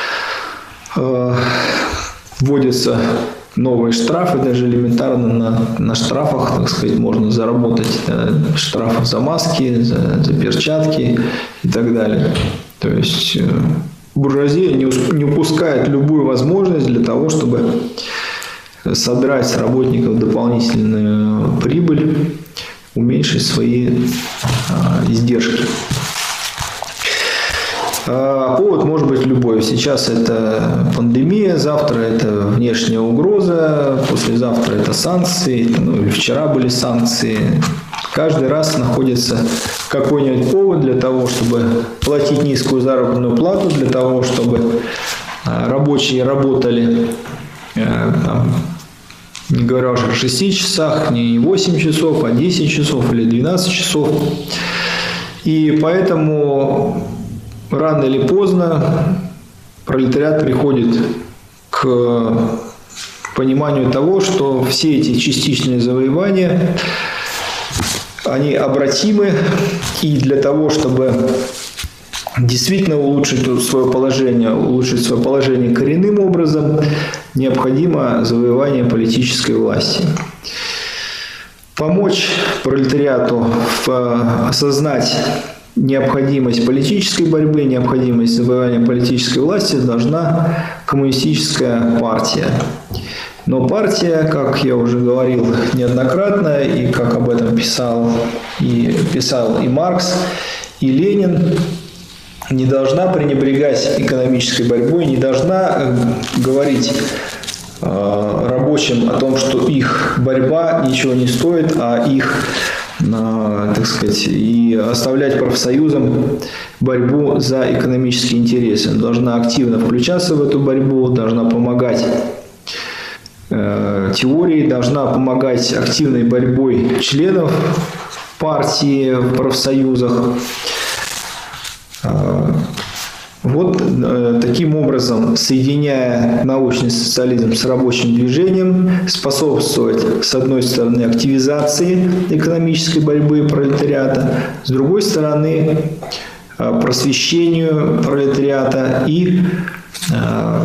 Вводятся новые штрафы, даже элементарно на, на штрафах, так сказать, можно заработать да, штрафы за маски, за, за перчатки и так далее. То есть э, буржуазия не, не упускает любую возможность для того, чтобы содрать с работников дополнительную прибыль, уменьшить свои э, издержки. А повод может быть любой. Сейчас это пандемия, завтра это внешняя угроза, послезавтра это санкции, ну, или вчера были санкции. Каждый раз находится какой-нибудь повод для того, чтобы платить низкую заработную плату, для того, чтобы рабочие работали, там, не говоря уже о шести часах, не восемь часов, а десять часов или двенадцать часов. И поэтому рано или поздно пролетариат приходит к пониманию того, что все эти частичные завоевания, они обратимы, и для того, чтобы действительно улучшить свое положение, улучшить свое положение коренным образом, необходимо завоевание политической власти. Помочь пролетариату осознать необходимость политической борьбы, необходимость завоевания политической власти должна коммунистическая партия. Но партия, как я уже говорил неоднократно, и как об этом писал и, писал и Маркс, и Ленин, не должна пренебрегать экономической борьбой, не должна говорить э, рабочим о том, что их борьба ничего не стоит, а их, э, так сказать, и оставлять профсоюзам борьбу за экономические интересы. Она должна активно включаться в эту борьбу, должна помогать э, теории, должна помогать активной борьбой членов партии в профсоюзах. Вот э, таким образом, соединяя научный социализм с рабочим движением, способствовать, с одной стороны, активизации экономической борьбы пролетариата, с другой стороны, э, просвещению пролетариата и э,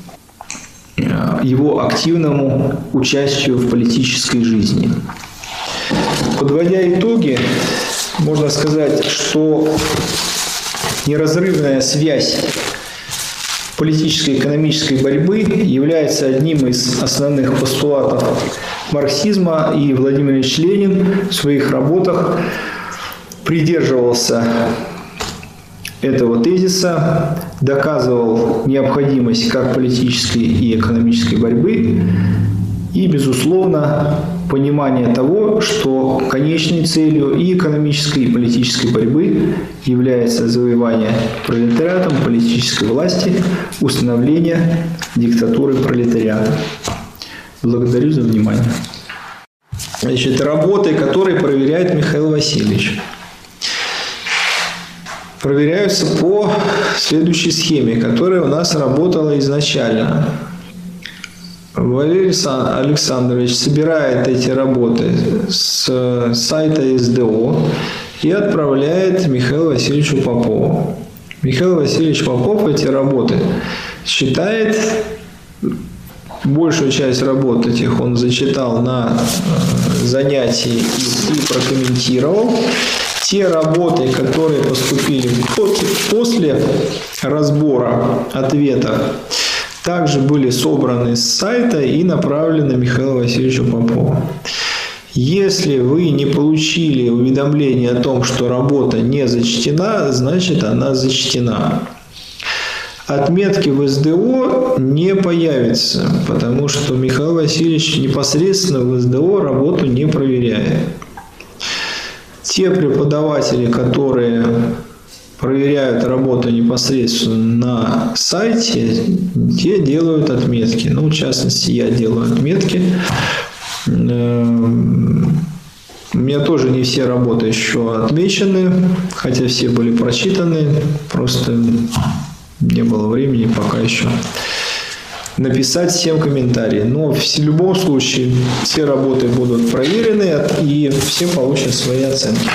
его активному участию в политической жизни. Подводя итоги, можно сказать, что неразрывная связь политической и экономической борьбы является одним из основных постулатов марксизма, и Владимир Ильич Ленин в своих работах придерживался этого тезиса, доказывал необходимость как политической и экономической борьбы и, безусловно, понимание того, что конечной целью и экономической, и политической борьбы является завоевание пролетариатом политической власти, установление диктатуры пролетариата. Благодарю за внимание. Значит, работы, которые проверяет Михаил Васильевич, проверяются по следующей схеме, которая у нас работала изначально. Валерий Александрович собирает эти работы с сайта эс дэ о и отправляет Михаилу Васильевичу Попову. Михаил Васильевич Попов эти работы считает, большую часть работ этих он зачитал на занятии и прокомментировал. Те работы, которые поступили после разбора ответа, также были собраны с сайта и направлены Михаилу Васильевичу Попову. Если вы не получили уведомление о том, что работа не зачтена, значит она зачтена. Отметки в эс дэ о не появятся, потому что Михаил Васильевич непосредственно в эс дэ о работу не проверяет. Те преподаватели, которые проверяют работу непосредственно на сайте, те делают отметки. Ну, в частности, я делаю отметки. У меня тоже не все работы еще отмечены, хотя все были прочитаны. Просто не было времени пока еще написать всем комментарии. Но в любом случае все работы будут проверены и все получат свои оценки.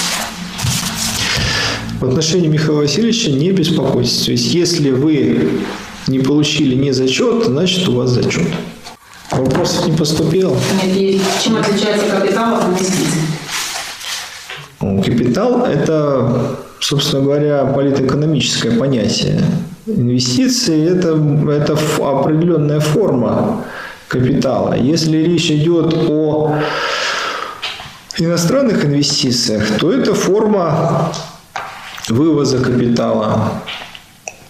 В отношении Михаила Васильевича не беспокойтесь. То есть, если вы не получили не зачет, значит у вас зачет. Вопросов не поступило? Нет, есть. Чем отличается капитал от инвестиций? Ну, капитал – это, собственно говоря, политэкономическое понятие. Инвестиции – это, это определенная форма капитала. Если речь идет о иностранных инвестициях, то это форма вывоза капитала.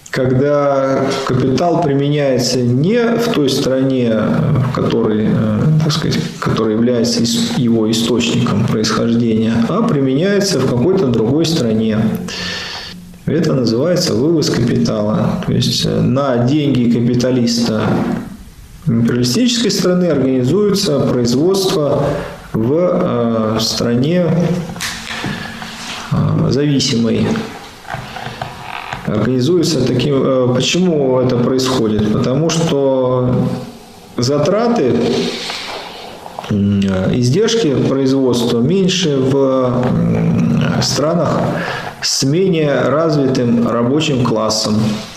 когда капитал применяется не в той стране, в которой, так сказать, которая является его источником происхождения, а применяется в какой-то другой стране. Это называется вывоз капитала. То есть на деньги капиталиста империалистической страны организуется производство в стране зависимой. Организуется таким... Почему это происходит? Потому что затраты, издержки производства меньше в странах с менее развитым рабочим классом,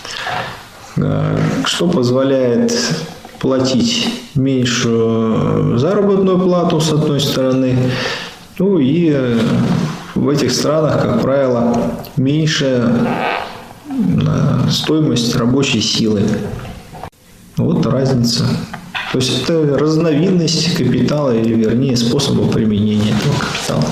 что позволяет платить меньшую заработную плату, с одной стороны, ну и в этих странах, как правило, меньше стоимость рабочей силы. Вот разница. То есть это разновидность капитала, или вернее способа применения этого капитала.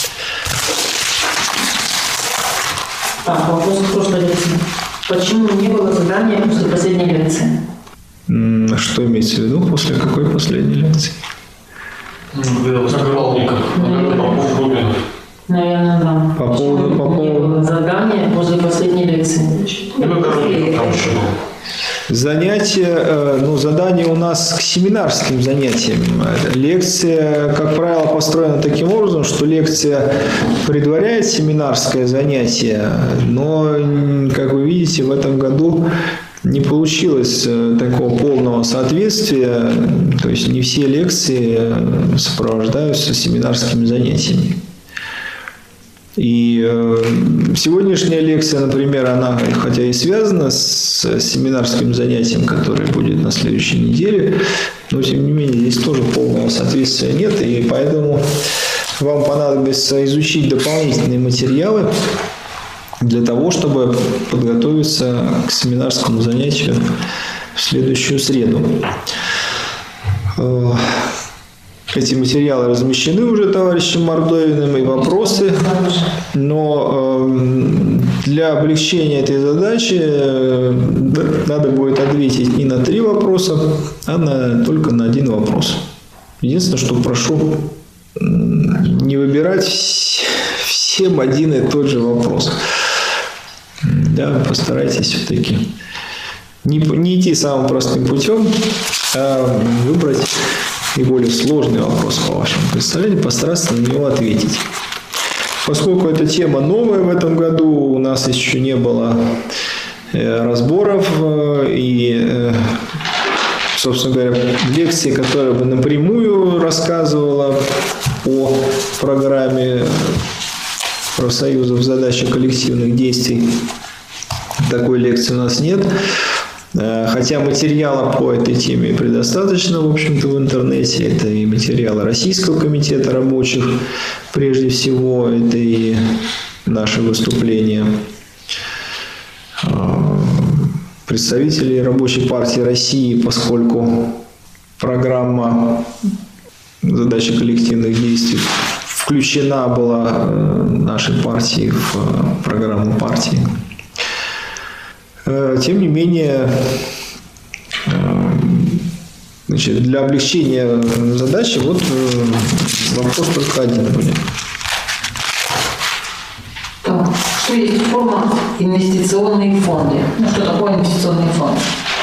Так, вопрос к прошлой лекции. Почему не было задания после последней лекции? Что имеется в виду после какой последней лекции? Закрывал Ников, Попов, Рубинов. Наверное, да. По поводу, по поводу... Задание после последней лекции. Ну, короче, там еще было. Занятия, ну, задания у нас к семинарским занятиям. Лекция, как правило, построена таким образом, что лекция предваряет семинарское занятие, но, как вы видите, в этом году не получилось такого полного соответствия, то есть не все лекции сопровождаются семинарскими занятиями. И сегодняшняя лекция, например, она хотя и связана с семинарским занятием, которое будет на следующей неделе, но тем не менее здесь тоже полного соответствия нет, и поэтому вам понадобится изучить дополнительные материалы для того, чтобы подготовиться к семинарскому занятию в следующую среду. Эти материалы размещены уже товарищем Мордовиным, и вопросы, но для облегчения этой задачи надо будет ответить не на три вопроса, а на, только на один вопрос. Единственное, что прошу не выбирать всем один и тот же вопрос. Да, постарайтесь все-таки не, не идти самым простым путем, а выбрать наиболее сложный вопрос по вашему представлению, постараться на него ответить. Поскольку эта тема новая в этом году, у нас еще не было разборов и, собственно говоря, лекции, которая бы напрямую рассказывала о программе профсоюзов «Задача коллективных действий». Такой лекции у нас нет. Хотя материала по этой теме предостаточно, в общем-то, в интернете. Это и материалы Российского комитета рабочих, прежде всего, это и наши выступления представителей Рабочей партии России, поскольку программа «Задача коллективных действий» включена была нашей партией в программу партии. Тем не менее, значит, для облегчения задачи вот вопрос только один будет. Так, что есть форма инвестиционные фонды? Ну, что такое инвестиционный фонд?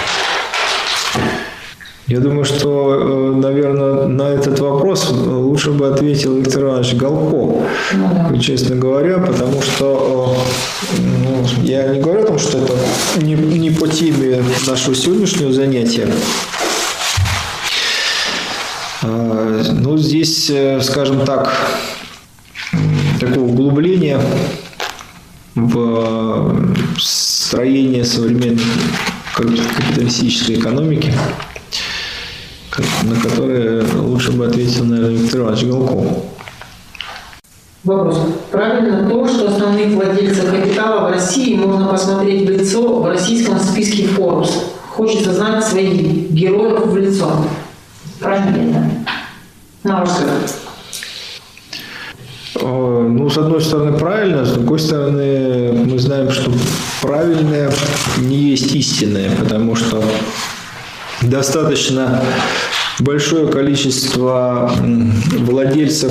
Я думаю, что, наверное, на этот вопрос лучше бы ответил Виктор Иванович Галко, ну, да. Честно говоря, потому что ну, я не говорю о том, что это не, не по теме нашего сегодняшнего занятия. Но здесь, скажем так, такого углубления в строение современной капиталистической экономики, на которые лучше бы ответил, наверное, Виктор Иванович Галков. Вопрос. Правильно то, что основных владельцев капитала в России можно посмотреть в лицо в российском списке Forbes? Хочется знать своих героев в лицо. Правильно это? На ваш взгляд. Ну, с одной стороны, правильно, с другой стороны, мы знаем, что правильное не есть истинное, потому что достаточно большое количество владельцев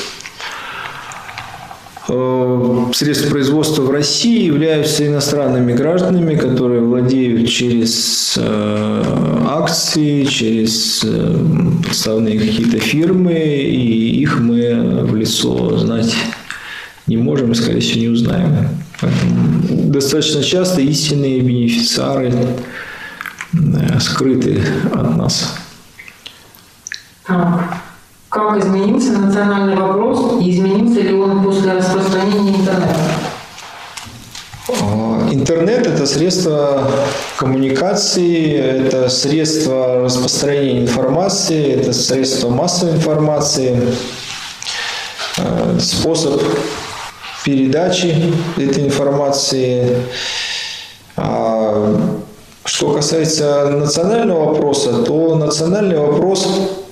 средств производства в России являются иностранными гражданами, которые владеют через акции, через подставные какие-то фирмы, и их мы в лицо знать не можем и, скорее всего, не узнаем. Поэтому достаточно часто истинные бенефициары скрыты от нас. Так. Как изменился национальный вопрос и изменился ли он после распространения интернета? Интернет – это средство коммуникации, это средство распространения информации, это средство массовой информации, способ передачи этой информации. Что касается национального вопроса, то национальный вопрос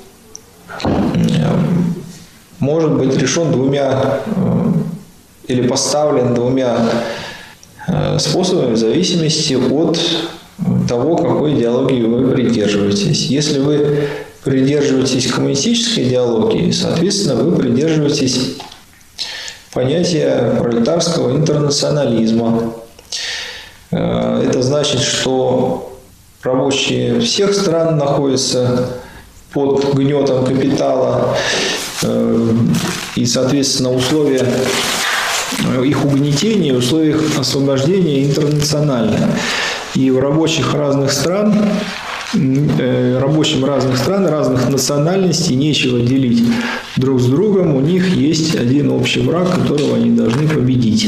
может быть решен двумя или поставлен двумя способами в зависимости от того, какой идеологии вы придерживаетесь. Если вы придерживаетесь коммунистической идеологии, соответственно, вы придерживаетесь понятия пролетарского интернационализма. Это значит, что рабочие всех стран находятся под гнетом капитала, и, соответственно, условия их угнетения, условия их освобождения интернациональны. И в рабочих разных стран, рабочим разных стран, разных национальностей нечего делить друг с другом, у них есть один общий враг, которого они должны победить.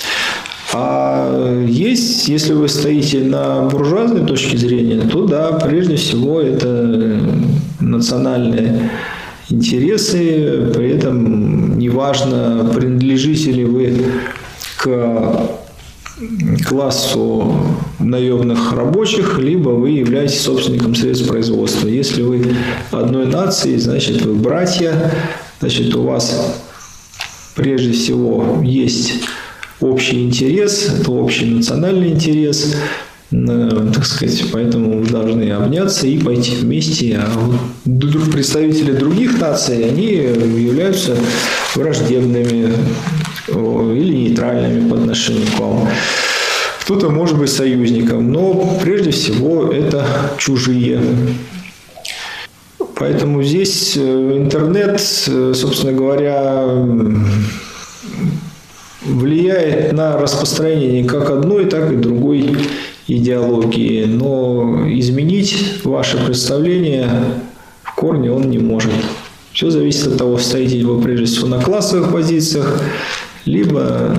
А есть, если вы стоите на буржуазной точке зрения, то да, прежде всего это национальные интересы, при этом неважно, принадлежите ли вы к классу наемных рабочих, либо вы являетесь собственником средств производства. Если вы одной нации, значит вы братья, значит у вас прежде всего есть общий интерес, это общий национальный интерес, так сказать, поэтому вы должны обняться и пойти вместе. А вот представители других наций, они являются враждебными или нейтральными по отношению к вам. Кто-то может быть союзником, но прежде всего это чужие. Поэтому здесь интернет, собственно говоря, влияет на распространение как одной, так и другой идеологии, но изменить ваше представление в корне он не может. Все зависит от того, стоите вы прежде всего на классовых позициях, либо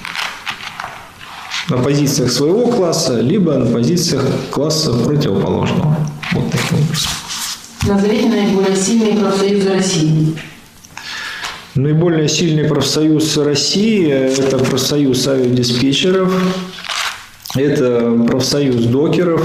на позициях своего класса, либо на позициях класса противоположного. Вот таким образом. Назовите наиболее сильные профсоюзы России. Наиболее сильный профсоюз России – это профсоюз авиадиспетчеров, это профсоюз докеров.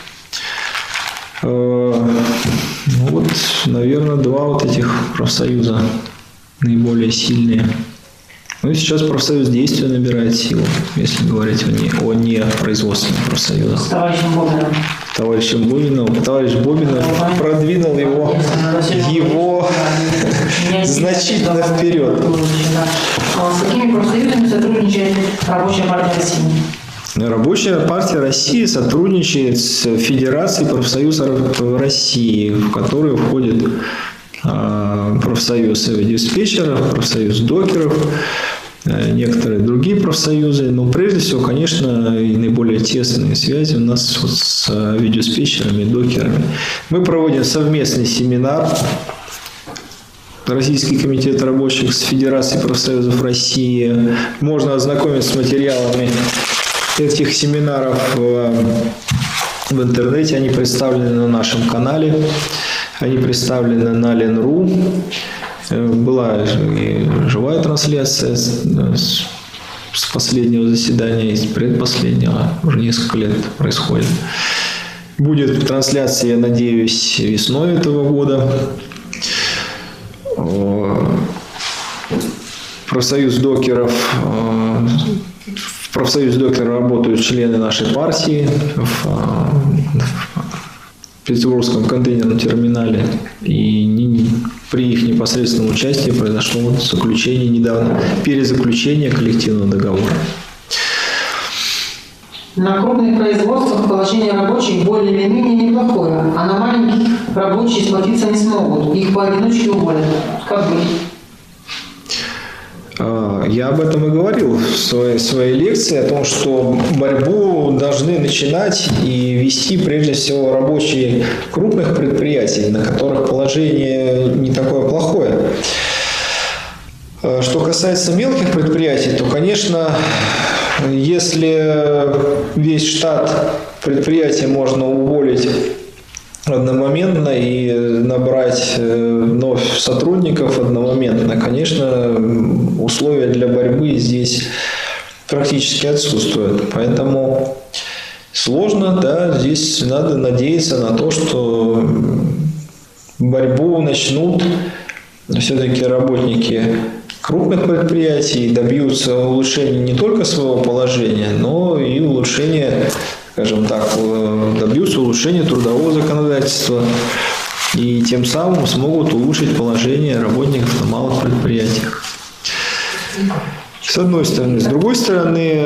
Вот, наверное, два вот этих профсоюза наиболее сильные. Ну и сейчас профсоюз действия набирает силу, если говорить о не, о не производственных профсоюзах. С товарищем Бобиным. Товарищем Бобиным. Товарищ Бобинов продвинул его, его значительно вперед. С какими профсоюзами сотрудничает Рабочая партия России? Рабочая партия России сотрудничает с Федерацией профсоюзов России, в которую входит профсоюз авиадиспетчеров, профсоюз докеров, некоторые другие профсоюзы. Но прежде всего, конечно, и наиболее тесные связи у нас вот с авиадиспетчерами и докерами. Мы проводим совместный семинар. Российский комитет рабочих с Федерацией профсоюзов России. Можно ознакомиться с материалами этих семинаров в интернете. Они представлены на нашем канале. Они представлены на Ленру. Была и живая трансляция с последнего заседания, и с предпоследнего. Уже несколько лет происходит. Будет трансляция, я надеюсь, весной этого года. Профсоюз докеров В профсоюзе доктора работают члены нашей партии в, в Петербургском контейнерном терминале. И не, при их непосредственном участии произошло заключение недавно, перезаключение коллективного договора. На крупных производствах положение рабочих более или менее неплохое, а на маленьких рабочие сплотиться не смогут, их поодиночке уволят. Как быть? Я об этом и говорил в своей, своей лекции, о том, что борьбу должны начинать и вести прежде всего рабочие крупных предприятий, на которых положение не такое плохое. Что касается мелких предприятий, то, конечно, если весь штат предприятия можно уволить одномоментно и набрать вновь сотрудников одномоментно, конечно, условия для борьбы здесь практически отсутствуют. Поэтому сложно, да, здесь надо надеяться на то, что борьбу начнут все-таки работники крупных предприятий, добьются улучшения не только своего положения, но и улучшения, скажем так, добьются улучшения трудового законодательства и тем самым смогут улучшить положение работников на малых предприятиях. С одной стороны. С другой стороны,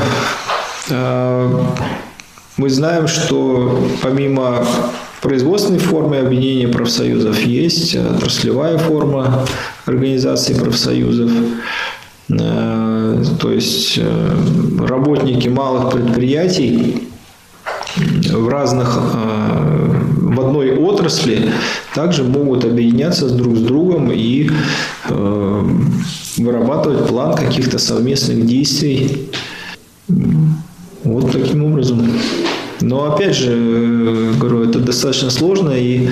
мы знаем, что помимо производственной формы объединения профсоюзов есть отраслевая форма организации профсоюзов. То есть работники малых предприятий в разных, в одной отрасли также могут объединяться друг с другом и вырабатывать план каких-то совместных действий. Вот таким образом. Но опять же, говорю, это достаточно сложно, и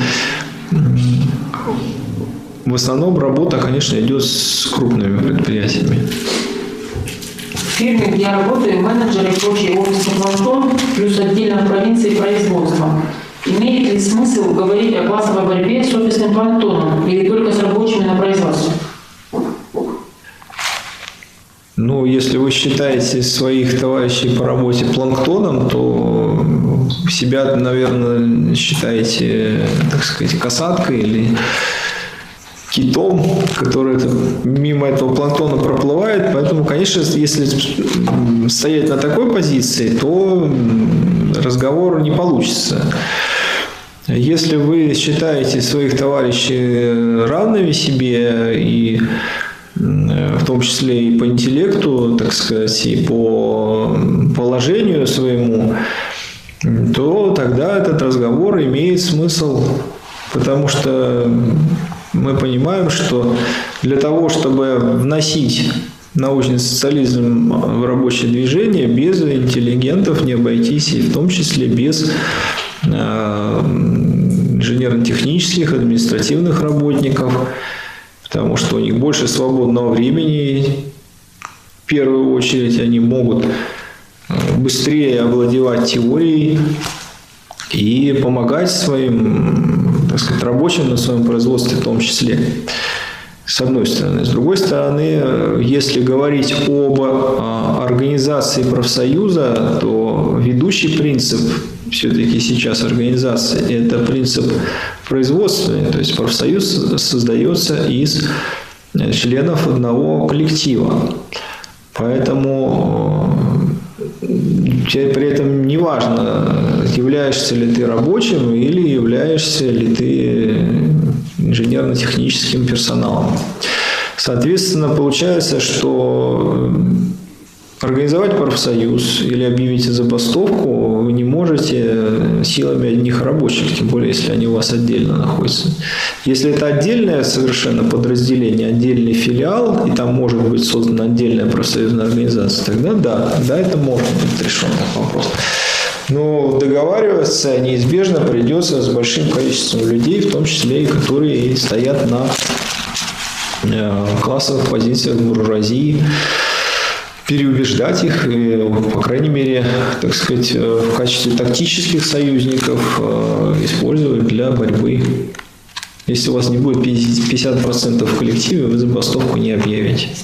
в основном работа, конечно, идет с крупными предприятиями. В фирме, где я работаю, менеджеры и прочие офисы планктон, плюс отдельно в провинции производства. Имеет ли смысл говорить о классовой борьбе с офисным планктоном или только с рабочими на производстве? Ну, если вы считаете своих товарищей по работе планктоном, то себя, наверное, считаете, так сказать, касаткой или китом, который мимо этого планктона проплывает. Поэтому, конечно, если стоять на такой позиции, то разговор не получится. Если вы считаете своих товарищей равными себе и в том числе и по интеллекту, так сказать, и по положению своему, то тогда этот разговор имеет смысл, потому что мы понимаем, что для того, чтобы вносить научный социализм в рабочее движение, без интеллигентов не обойтись, и в том числе без инженерно-технических, административных работников, потому что у них больше свободного времени. В первую очередь они могут быстрее овладевать теорией и помогать своим, так сказать, рабочим на своем производстве в том числе. С одной стороны. С другой стороны, если говорить об организации профсоюза, то ведущий принцип все-таки сейчас организации – это принцип производственный. То есть профсоюз создается из членов одного коллектива. Поэтому при этом не важно, являешься ли ты рабочим или являешься ли ты инженерно-техническим персоналом. Соответственно, получается, что организовать профсоюз или объявить забастовку вы не можете силами одних рабочих, тем более, если они у вас отдельно находятся. Если это отдельное совершенно подразделение, отдельный филиал, и там может быть создана отдельная профсоюзная организация, тогда да, да, это может быть решен такой вопрос. Но договариваться неизбежно придется с большим количеством людей, в том числе и которые стоят на классовых позициях буржуазии, переубеждать их, и, по крайней мере, так сказать, в качестве тактических союзников использовать для борьбы. Если у вас не будет пятьдесят процентов в коллективе, вы забастовку не объявите.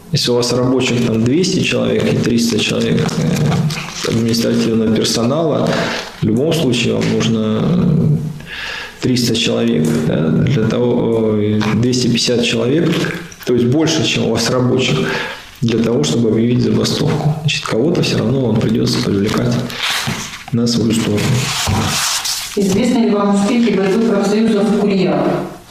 Если у вас рабочих там двести человек и триста человек административного персонала, в любом случае вам нужно триста человек, да, для того, двести пятьдесят человек, то есть больше, чем у вас рабочих, для того, чтобы объявить забастовку. Значит, кого-то все равно вам придется привлекать на свою сторону. Известны ли вам успехи борьбы профсоюзов в курьерах?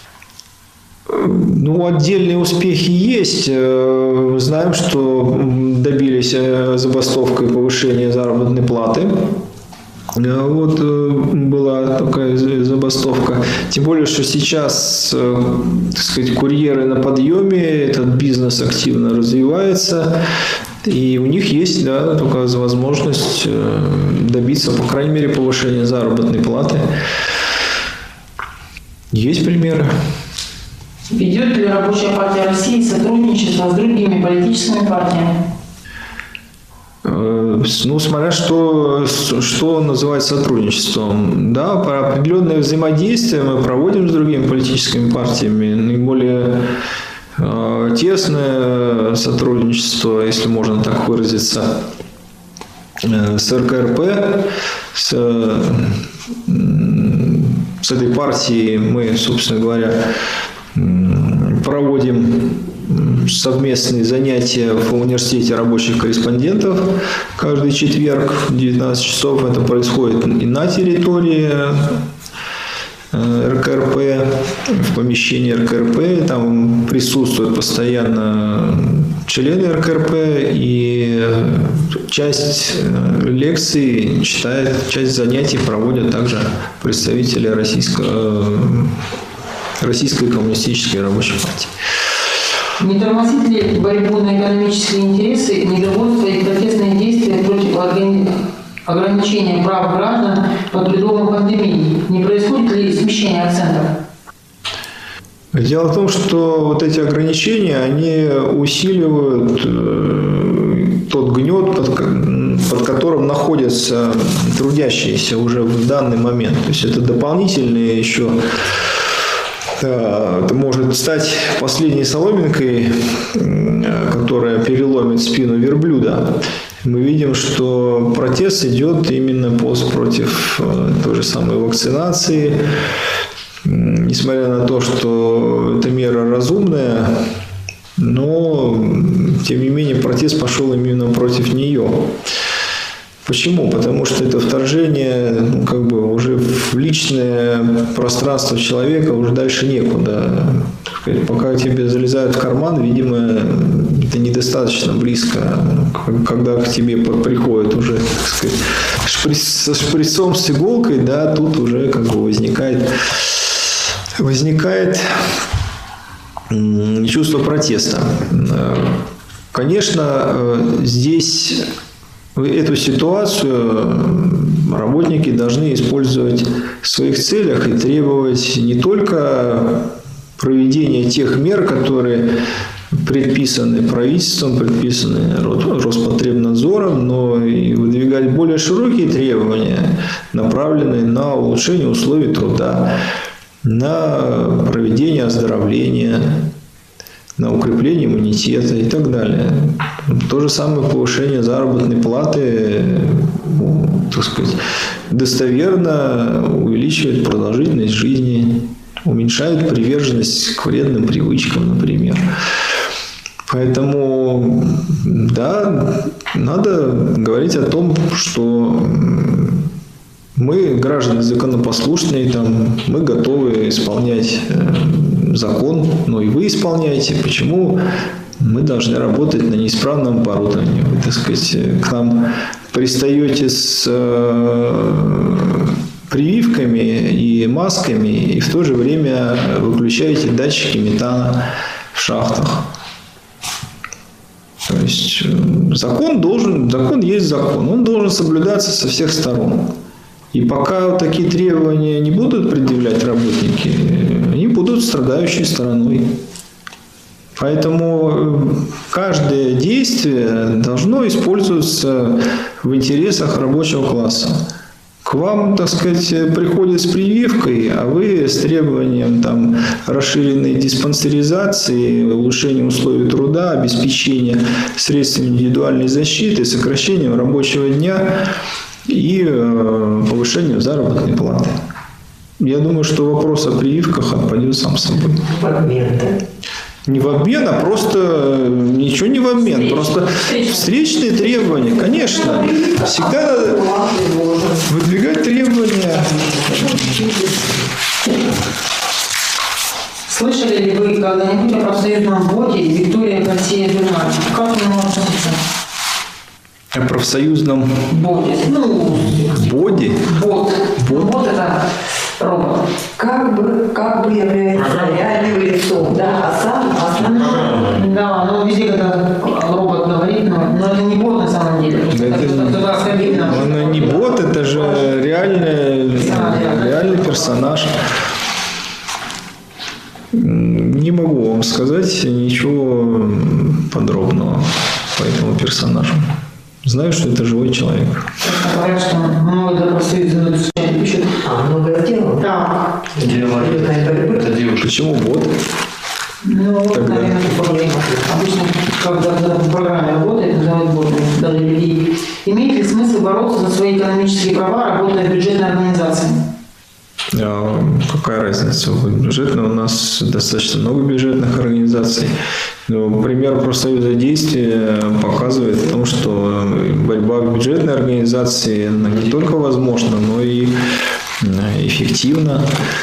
Ну, отдельные успехи есть. Знаем, что добились забастовкой повышения заработной платы. Вот была такая забастовка. Тем более, что сейчас, так сказать, курьеры на подъеме, этот бизнес активно развивается. И у них есть, да, только возможность добиться, по крайней мере, повышения заработной платы. Есть примеры. Ведет ли Рабочая партия России сотрудничество с другими политическими партиями? Ну, смотря что, что называть сотрудничеством. Да, про определенное взаимодействие мы проводим с другими политическими партиями. Наиболее э, тесное сотрудничество, если можно так выразиться, э, с эр ка эр пэ, с, э, с этой партией мы, собственно говоря, проводим совместные занятия в университете рабочих корреспондентов каждый четверг в девятнадцать часов. Это происходит и на территории эр ка эр пэ, в помещении эр ка эр пэ. Там присутствуют постоянно члены эр ка эр пэ, и часть лекций читает, часть занятий проводят также представители российского, Российской коммунистической рабочей партии. Не тормозит ли борьбу на экономические интересы недовольство и протестные действия против ограничения прав граждан под предлогом пандемии? Не происходит ли смещение акцентов? Дело в том, что вот эти ограничения, они усиливают тот гнет, под, под которым находятся трудящиеся уже в данный момент. То есть это дополнительные еще... Это может стать последней соломинкой, которая переломит спину верблюда. Мы видим, что протест идет именно против той же самой вакцинации. Несмотря на то, что эта мера разумная, но, тем не менее, протест пошел именно против нее. Почему? Потому что это вторжение, ну, как бы уже в личное пространство человека, уже дальше некуда. Пока тебе залезают в карман, видимо, это недостаточно близко. Когда к тебе приходят уже, так сказать, шприц, со шприцом, с иголкой, да, тут уже как бы возникает, возникает чувство протеста. Конечно, здесь... Эту ситуацию работники должны использовать в своих целях и требовать не только проведения тех мер, которые предписаны правительством, предписаны Роспотребнадзором, но и выдвигать более широкие требования, направленные на улучшение условий труда, на проведение оздоровления, на укрепление иммунитета и так далее. То же самое повышение заработной платы, так сказать, достоверно увеличивает продолжительность жизни, уменьшает приверженность к вредным привычкам, например. Поэтому, да, надо говорить о том, что мы, граждане законопослушные, там, мы готовы исполнять закон, но и вы исполняете. Почему мы должны работать на неисправном оборудовании? Вы, так сказать, к нам пристаете с э, прививками и масками, и в то же время выключаете датчики метана в шахтах. То есть закон должен, закон есть закон, он должен соблюдаться со всех сторон. И пока такие требования не будут предъявлять работники, они будут страдающей стороной. Поэтому каждое действие должно использоваться в интересах рабочего класса. К к вам, так сказать, приходят с прививкой, а вы с требованием там, расширенной диспансеризации, улучшения условий труда, обеспечения средствами индивидуальной защиты, сокращением рабочего дня и э, повышением заработной платы. Я думаю, что вопрос о прививках отпадет сам собой. В обмен, да? Не в обмен, а просто ничего не в обмен. Встречные. Просто встречные требования, конечно. Всегда надо выдвигать требования. Слышали ли вы когда-нибудь о профсоюзном боте Виктория Гарсия-Берналь? Как к нему относиться? О профсоюзном Боте. Ну, боде. бот. Бот. Бот это робот. Как бы, как бы является реальным лицом, да, а сам, а сам... Да, но везде, когда робот говорит, но, но это не бот на самом деле. Да Это, это это, это оскорбительно. Он не бот, это же реальный, реальный персонаж. Не могу вам сказать ничего подробного по этому персонажу. Знаю, что это живой человек. Говорят, что много для профсоюза пишет. А, много делал? Да. Это девушка. Почему бот? Ну, вот, Тогда. наверное, это проблема. Обычно, когда кто-то в программе работает, называют ботами, даже людей. Имеет ли смысл бороться за свои экономические права, работая в бюджетной организации? А какая разница? Бюджетно у нас достаточно много бюджетных организаций. Но пример профсоюза действия показывает о том, что борьба в бюджетной организации она не только возможна, но и эффективна.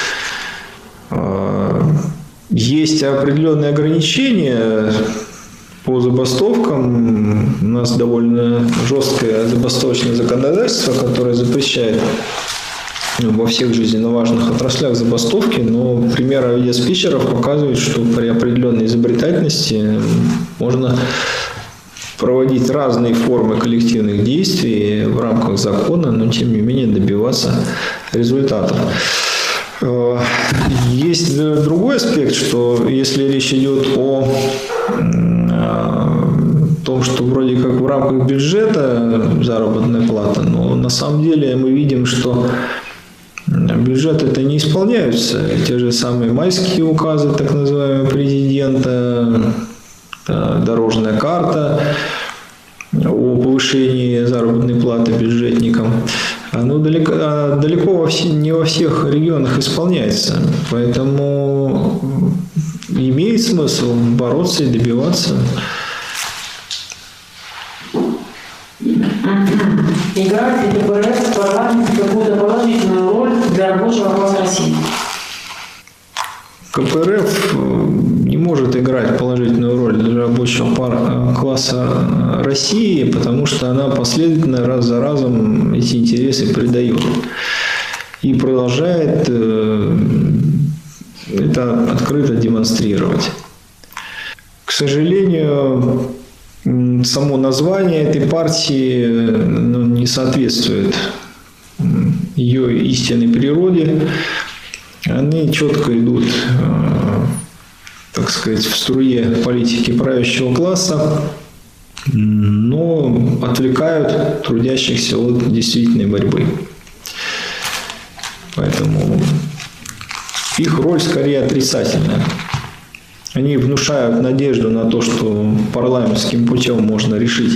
Есть определенные ограничения по забастовкам. У нас довольно жесткое забастовочное законодательство, которое запрещает во всех жизненно важных отраслях забастовки, но пример авиадиспетчеров показывает, что при определенной изобретательности можно проводить разные формы коллективных действий в рамках закона, но тем не менее добиваться результатов. Есть другой аспект, что если речь идет о том, что вроде как в рамках бюджета заработная плата, но на самом деле мы видим, что бюджеты это не исполняются. Те же самые майские указы, так называемые, президента, дорожная карта о повышении заработной платы бюджетникам, оно далеко, далеко во все, не во всех регионах исполняется. Поэтому имеет смысл бороться и добиваться. Играет ли КПРФ в парламенте какую-то положительную роль для рабочего класса России? КПРФ не может играть положительную роль для рабочего класса России, потому что она последовательно раз за разом эти интересы предает. И продолжает это открыто демонстрировать. К сожалению, само название этой партии ну, не соответствует ее истинной природе. Они четко идут, так сказать, в струе политики правящего класса, но отвлекают трудящихся от действительной борьбы. Поэтому их роль скорее отрицательная. Они внушают надежду на то, что парламентским путем можно решить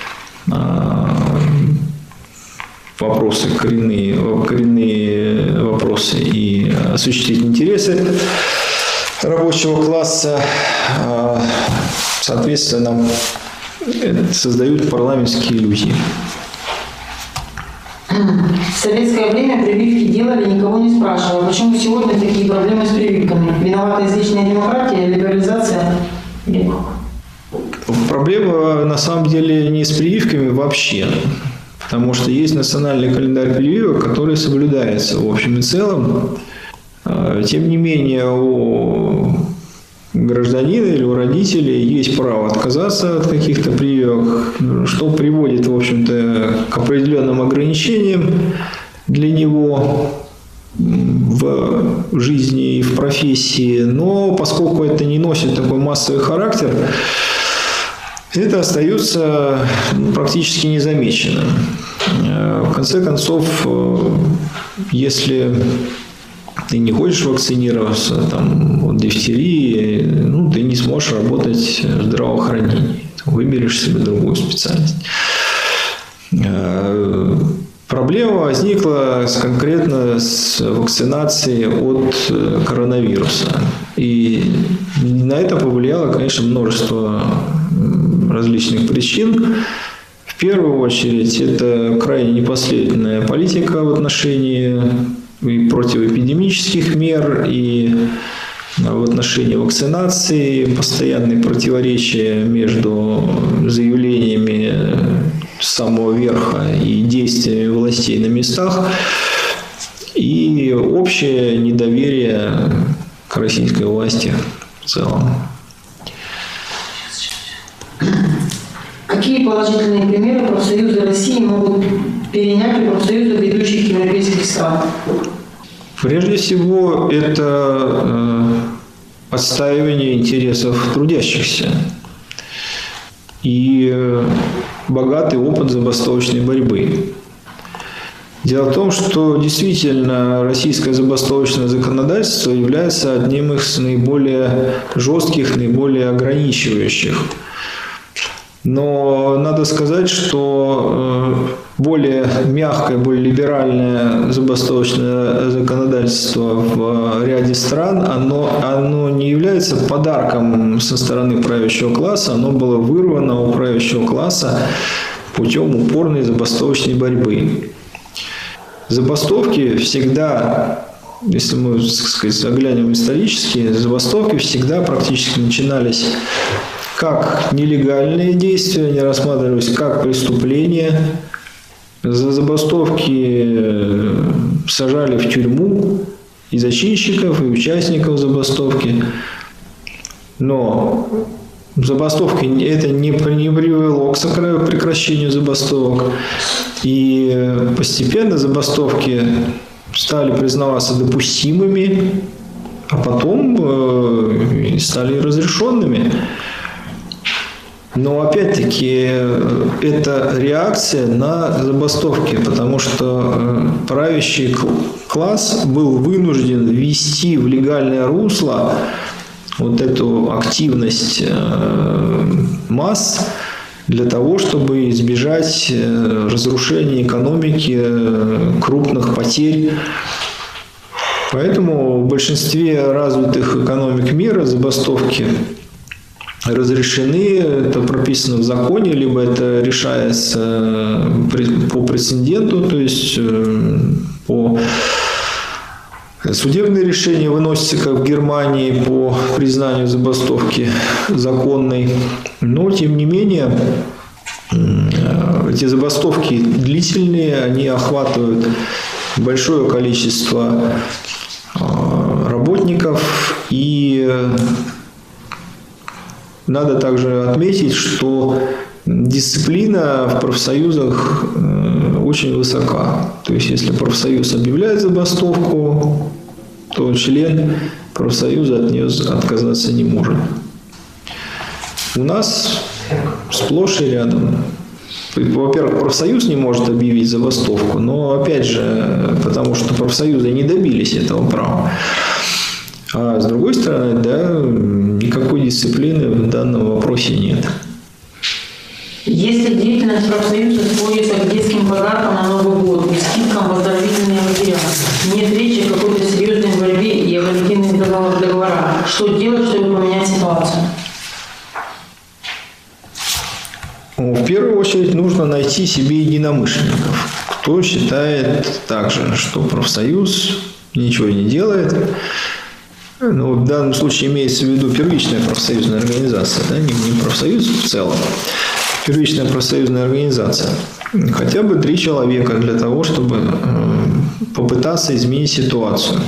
вопросы, коренные, коренные вопросы и осуществить интересы рабочего класса. Соответственно, создают парламентские иллюзии. В советское время прививки делали, никого не спрашивая. Почему сегодня такие проблемы с прививками? Виновата излишняя демократия, либерализация? Проблема на самом деле не с прививками вообще. Потому что есть национальный календарь прививок, который соблюдается в общем и целом. Тем не менее, у гражданина или у родителей есть право отказаться от каких-то прививок, что приводит, в общем-то, к определенным ограничениям для него в жизни и в профессии. Но поскольку это не носит такой массовый характер, это остается практически незамеченным. В конце концов, если ты не хочешь вакцинироваться там, от дифтерии, ну, ты не сможешь работать в здравоохранении. Выберешь себе другую специальность. Проблема возникла конкретно с вакцинацией от коронавируса. И на это повлияло, конечно, множество различных причин. В первую очередь, это крайне непоследовательная политика в отношении и противоэпидемических мер, и в отношении вакцинации, постоянные противоречия между заявлениями с самого верха и действиями властей на местах, и общее недоверие к российской власти в целом. Какие положительные примеры профсоюзы России могут перенять у профсоюзов ведущих европейских стран? Прежде всего, это отстаивание интересов трудящихся и богатый опыт забастовочной борьбы. Дело в том, что действительно российское забастовочное законодательство является одним из наиболее жестких, наиболее ограничивающих. Но надо сказать, что более мягкое, более либеральное забастовочное законодательство в ряде стран, оно, оно не является подарком со стороны правящего класса, оно было вырвано у правящего класса путем упорной забастовочной борьбы. Забастовки всегда, если мы, так сказать, заглянем исторически, забастовки всегда практически начинались как нелегальные действия, они рассматривались как преступления. За забастовки сажали в тюрьму и зачинщиков, и участников забастовки. Но забастовки это не привело к прекращению забастовок. И постепенно забастовки стали признаваться допустимыми, а потом стали разрешенными. Но опять-таки это реакция на забастовки, потому что правящий класс был вынужден ввести в легальное русло вот эту активность масс для того, чтобы избежать разрушения экономики, крупных потерь. Поэтому в большинстве развитых экономик мира забастовки разрешены, это прописано в законе, либо это решается по прецеденту, то есть по судебные решения выносятся, как в Германии, по признанию забастовки законной. Но, тем не менее, эти забастовки длительные, они охватывают большое количество работников, и надо также отметить, что дисциплина в профсоюзах очень высока. То есть, если профсоюз объявляет забастовку, то член профсоюза от нее отказаться не может. У нас сплошь и рядом. Во-первых, профсоюз не может объявить забастовку, но, опять же, потому что профсоюзы не добились этого права. А с другой стороны, да, никакой дисциплины в данном вопросе нет. Если деятельность профсоюза сводится к детским подаркам на Новый год и скидкам в оздоровительные материалы, нет речи о какой-то серьезной борьбе и о коллективных договорах, что делать, чтобы поменять ситуацию? В первую очередь нужно найти себе единомышленников, кто считает также, что профсоюз ничего не делает. Ну, в данном случае имеется в виду первичная профсоюзная организация, да, не, не профсоюз в целом, первичная профсоюзная организация. Хотя бы три человека для того, чтобы э, попытаться изменить ситуацию.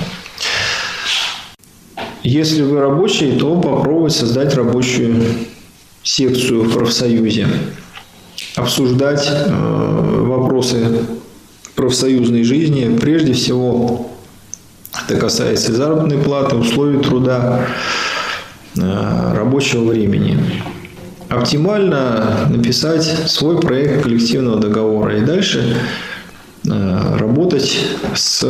Если вы рабочий, то попробовать создать рабочую секцию в профсоюзе, обсуждать э, вопросы профсоюзной жизни, прежде всего. Это касается заработной платы, условий труда, рабочего времени. оптимально написать свой проект коллективного договора и дальше работать с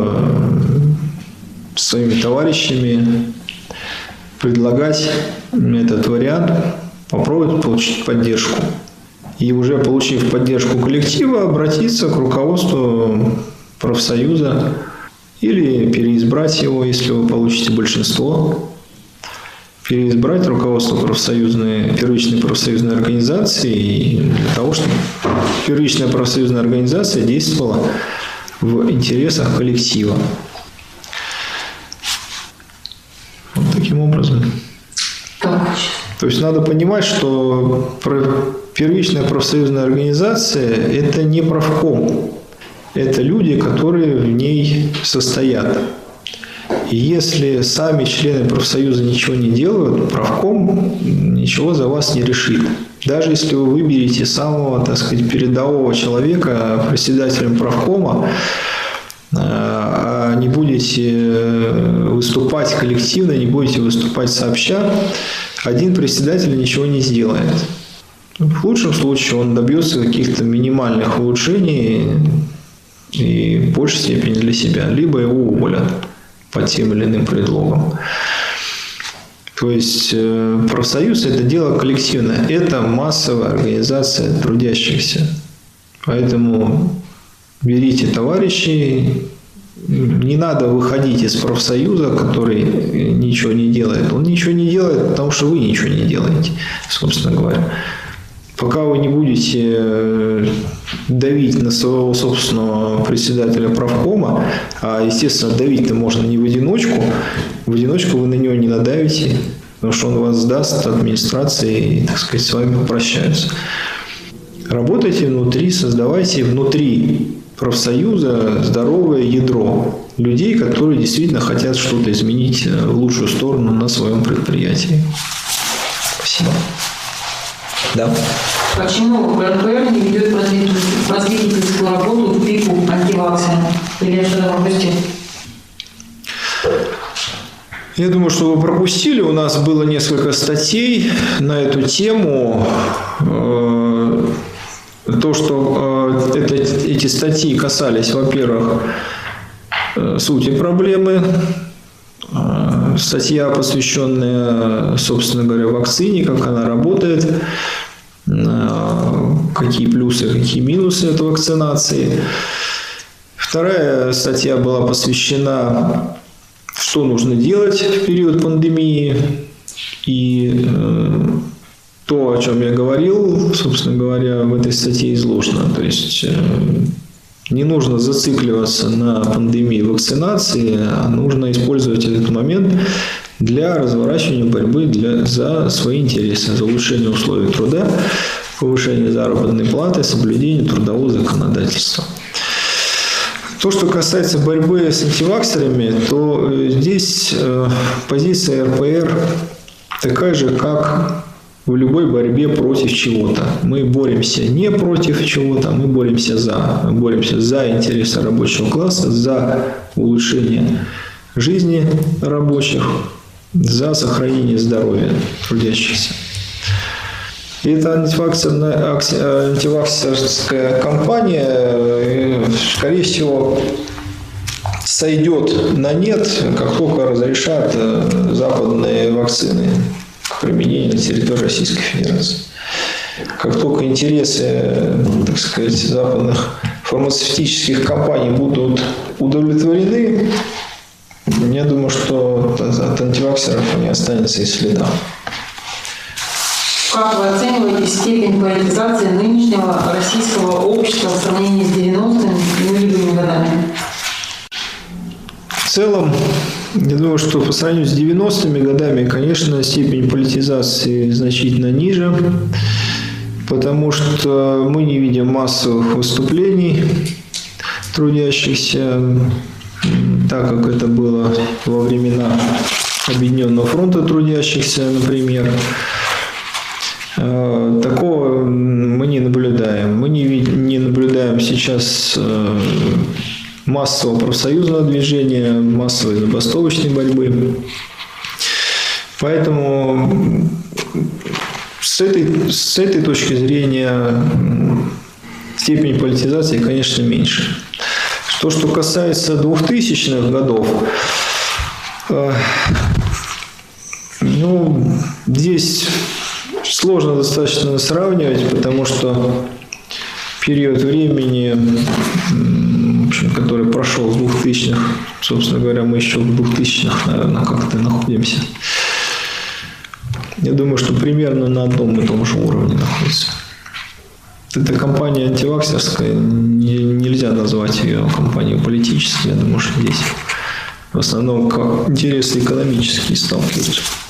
своими товарищами, предлагать этот вариант, попробовать получить поддержку. И уже получив поддержку коллектива, обратиться к руководству профсоюза или переизбрать его, если вы получите большинство, переизбрать руководство профсоюзной, первичной профсоюзной организации для того, чтобы первичная профсоюзная организация действовала в интересах коллектива. Вот таким образом. Так. То есть надо понимать, что первичная профсоюзная организация – это не профком. Это люди, которые в ней состоят. И если сами члены профсоюза ничего не делают, профком ничего за вас не решит. Даже если вы выберете самого, так сказать, передового человека председателем профкома, а не будете выступать коллективно, не будете выступать сообща, один председатель ничего не сделает. В лучшем случае он добьется каких-то минимальных улучшений и в большей степени для себя, либо его уволят по тем или иным предлогам. То есть профсоюз – это дело коллективное, это массовая организация трудящихся. Поэтому берите товарищей, не надо выходить из профсоюза, который ничего не делает. Он ничего не делает, потому что вы ничего не делаете, собственно говоря. Пока вы не будете давить на своего собственного председателя профкома, а, естественно, давить-то можно не в одиночку, в одиночку вы на него не надавите, потому что он вас сдаст администрации и, так сказать, с вами попрощаются. Работайте внутри, создавайте внутри профсоюза здоровое ядро людей, которые действительно хотят что-то изменить в лучшую сторону на своем предприятии. Спасибо. Да. Почему РПР не ведет просветительскую работу в пику антиваксина? Или я что-то пропустил? Я думаю, что вы пропустили. У нас было несколько статей на эту тему. То, что это, эти статьи касались, во-первых, сути проблемы. Статья, посвященная, собственно говоря, вакцине, как она работает, какие плюсы, какие минусы от вакцинации. Вторая статья была посвящена, что нужно делать в период пандемии. И то, о чем я говорил, собственно говоря, в этой статье изложено. То есть не нужно зацикливаться на пандемии вакцинации, а нужно использовать этот момент для разворачивания борьбы для, за свои интересы, за улучшение условий труда, повышение заработной платы, соблюдение трудового законодательства. То, что касается борьбы с антиваксерами, то здесь позиция эр пэ эр такая же, как в любой борьбе против чего-то. Мы боремся не против чего-то, мы боремся за. Мы боремся за интересы рабочего класса, за улучшение жизни рабочих, за сохранение здоровья трудящихся. И эта антиваксерная, антиваксерская кампания, скорее всего, сойдет на нет, как только разрешат западные вакцины к применению на территории Российской Федерации. Как только интересы, так сказать, западных фармацевтических компаний будут удовлетворены, я думаю, что от антиваксеров не останется и следа. Как вы оцениваете степень политизации нынешнего российского общества в сравнении с девяностыми и нулевыми годами? В целом, я думаю, что по сравнению с девяностыми годами, конечно, степень политизации значительно ниже, потому что мы не видим массовых выступлений трудящихся, так как это было во времена Объединенного фронта трудящихся, например. Такого мы не наблюдаем. Мы не, не наблюдаем сейчас массового профсоюзного движения, массовой забастовочной борьбы. Поэтому с этой, с этой точки зрения степень политизации, конечно, меньше. То, что касается двухтысячных годов, э, ну, здесь сложно достаточно сравнивать, потому что период времени, в общем, который прошел с двухтысячных, собственно говоря, мы еще в двухтысячных, наверное, как-то находимся. Я думаю, что примерно на одном и том же уровне находится. Эта компания антиваксерская, не, нельзя назвать ее компанией политической. Я думаю, что здесь в основном как интересы экономические сталкиваются.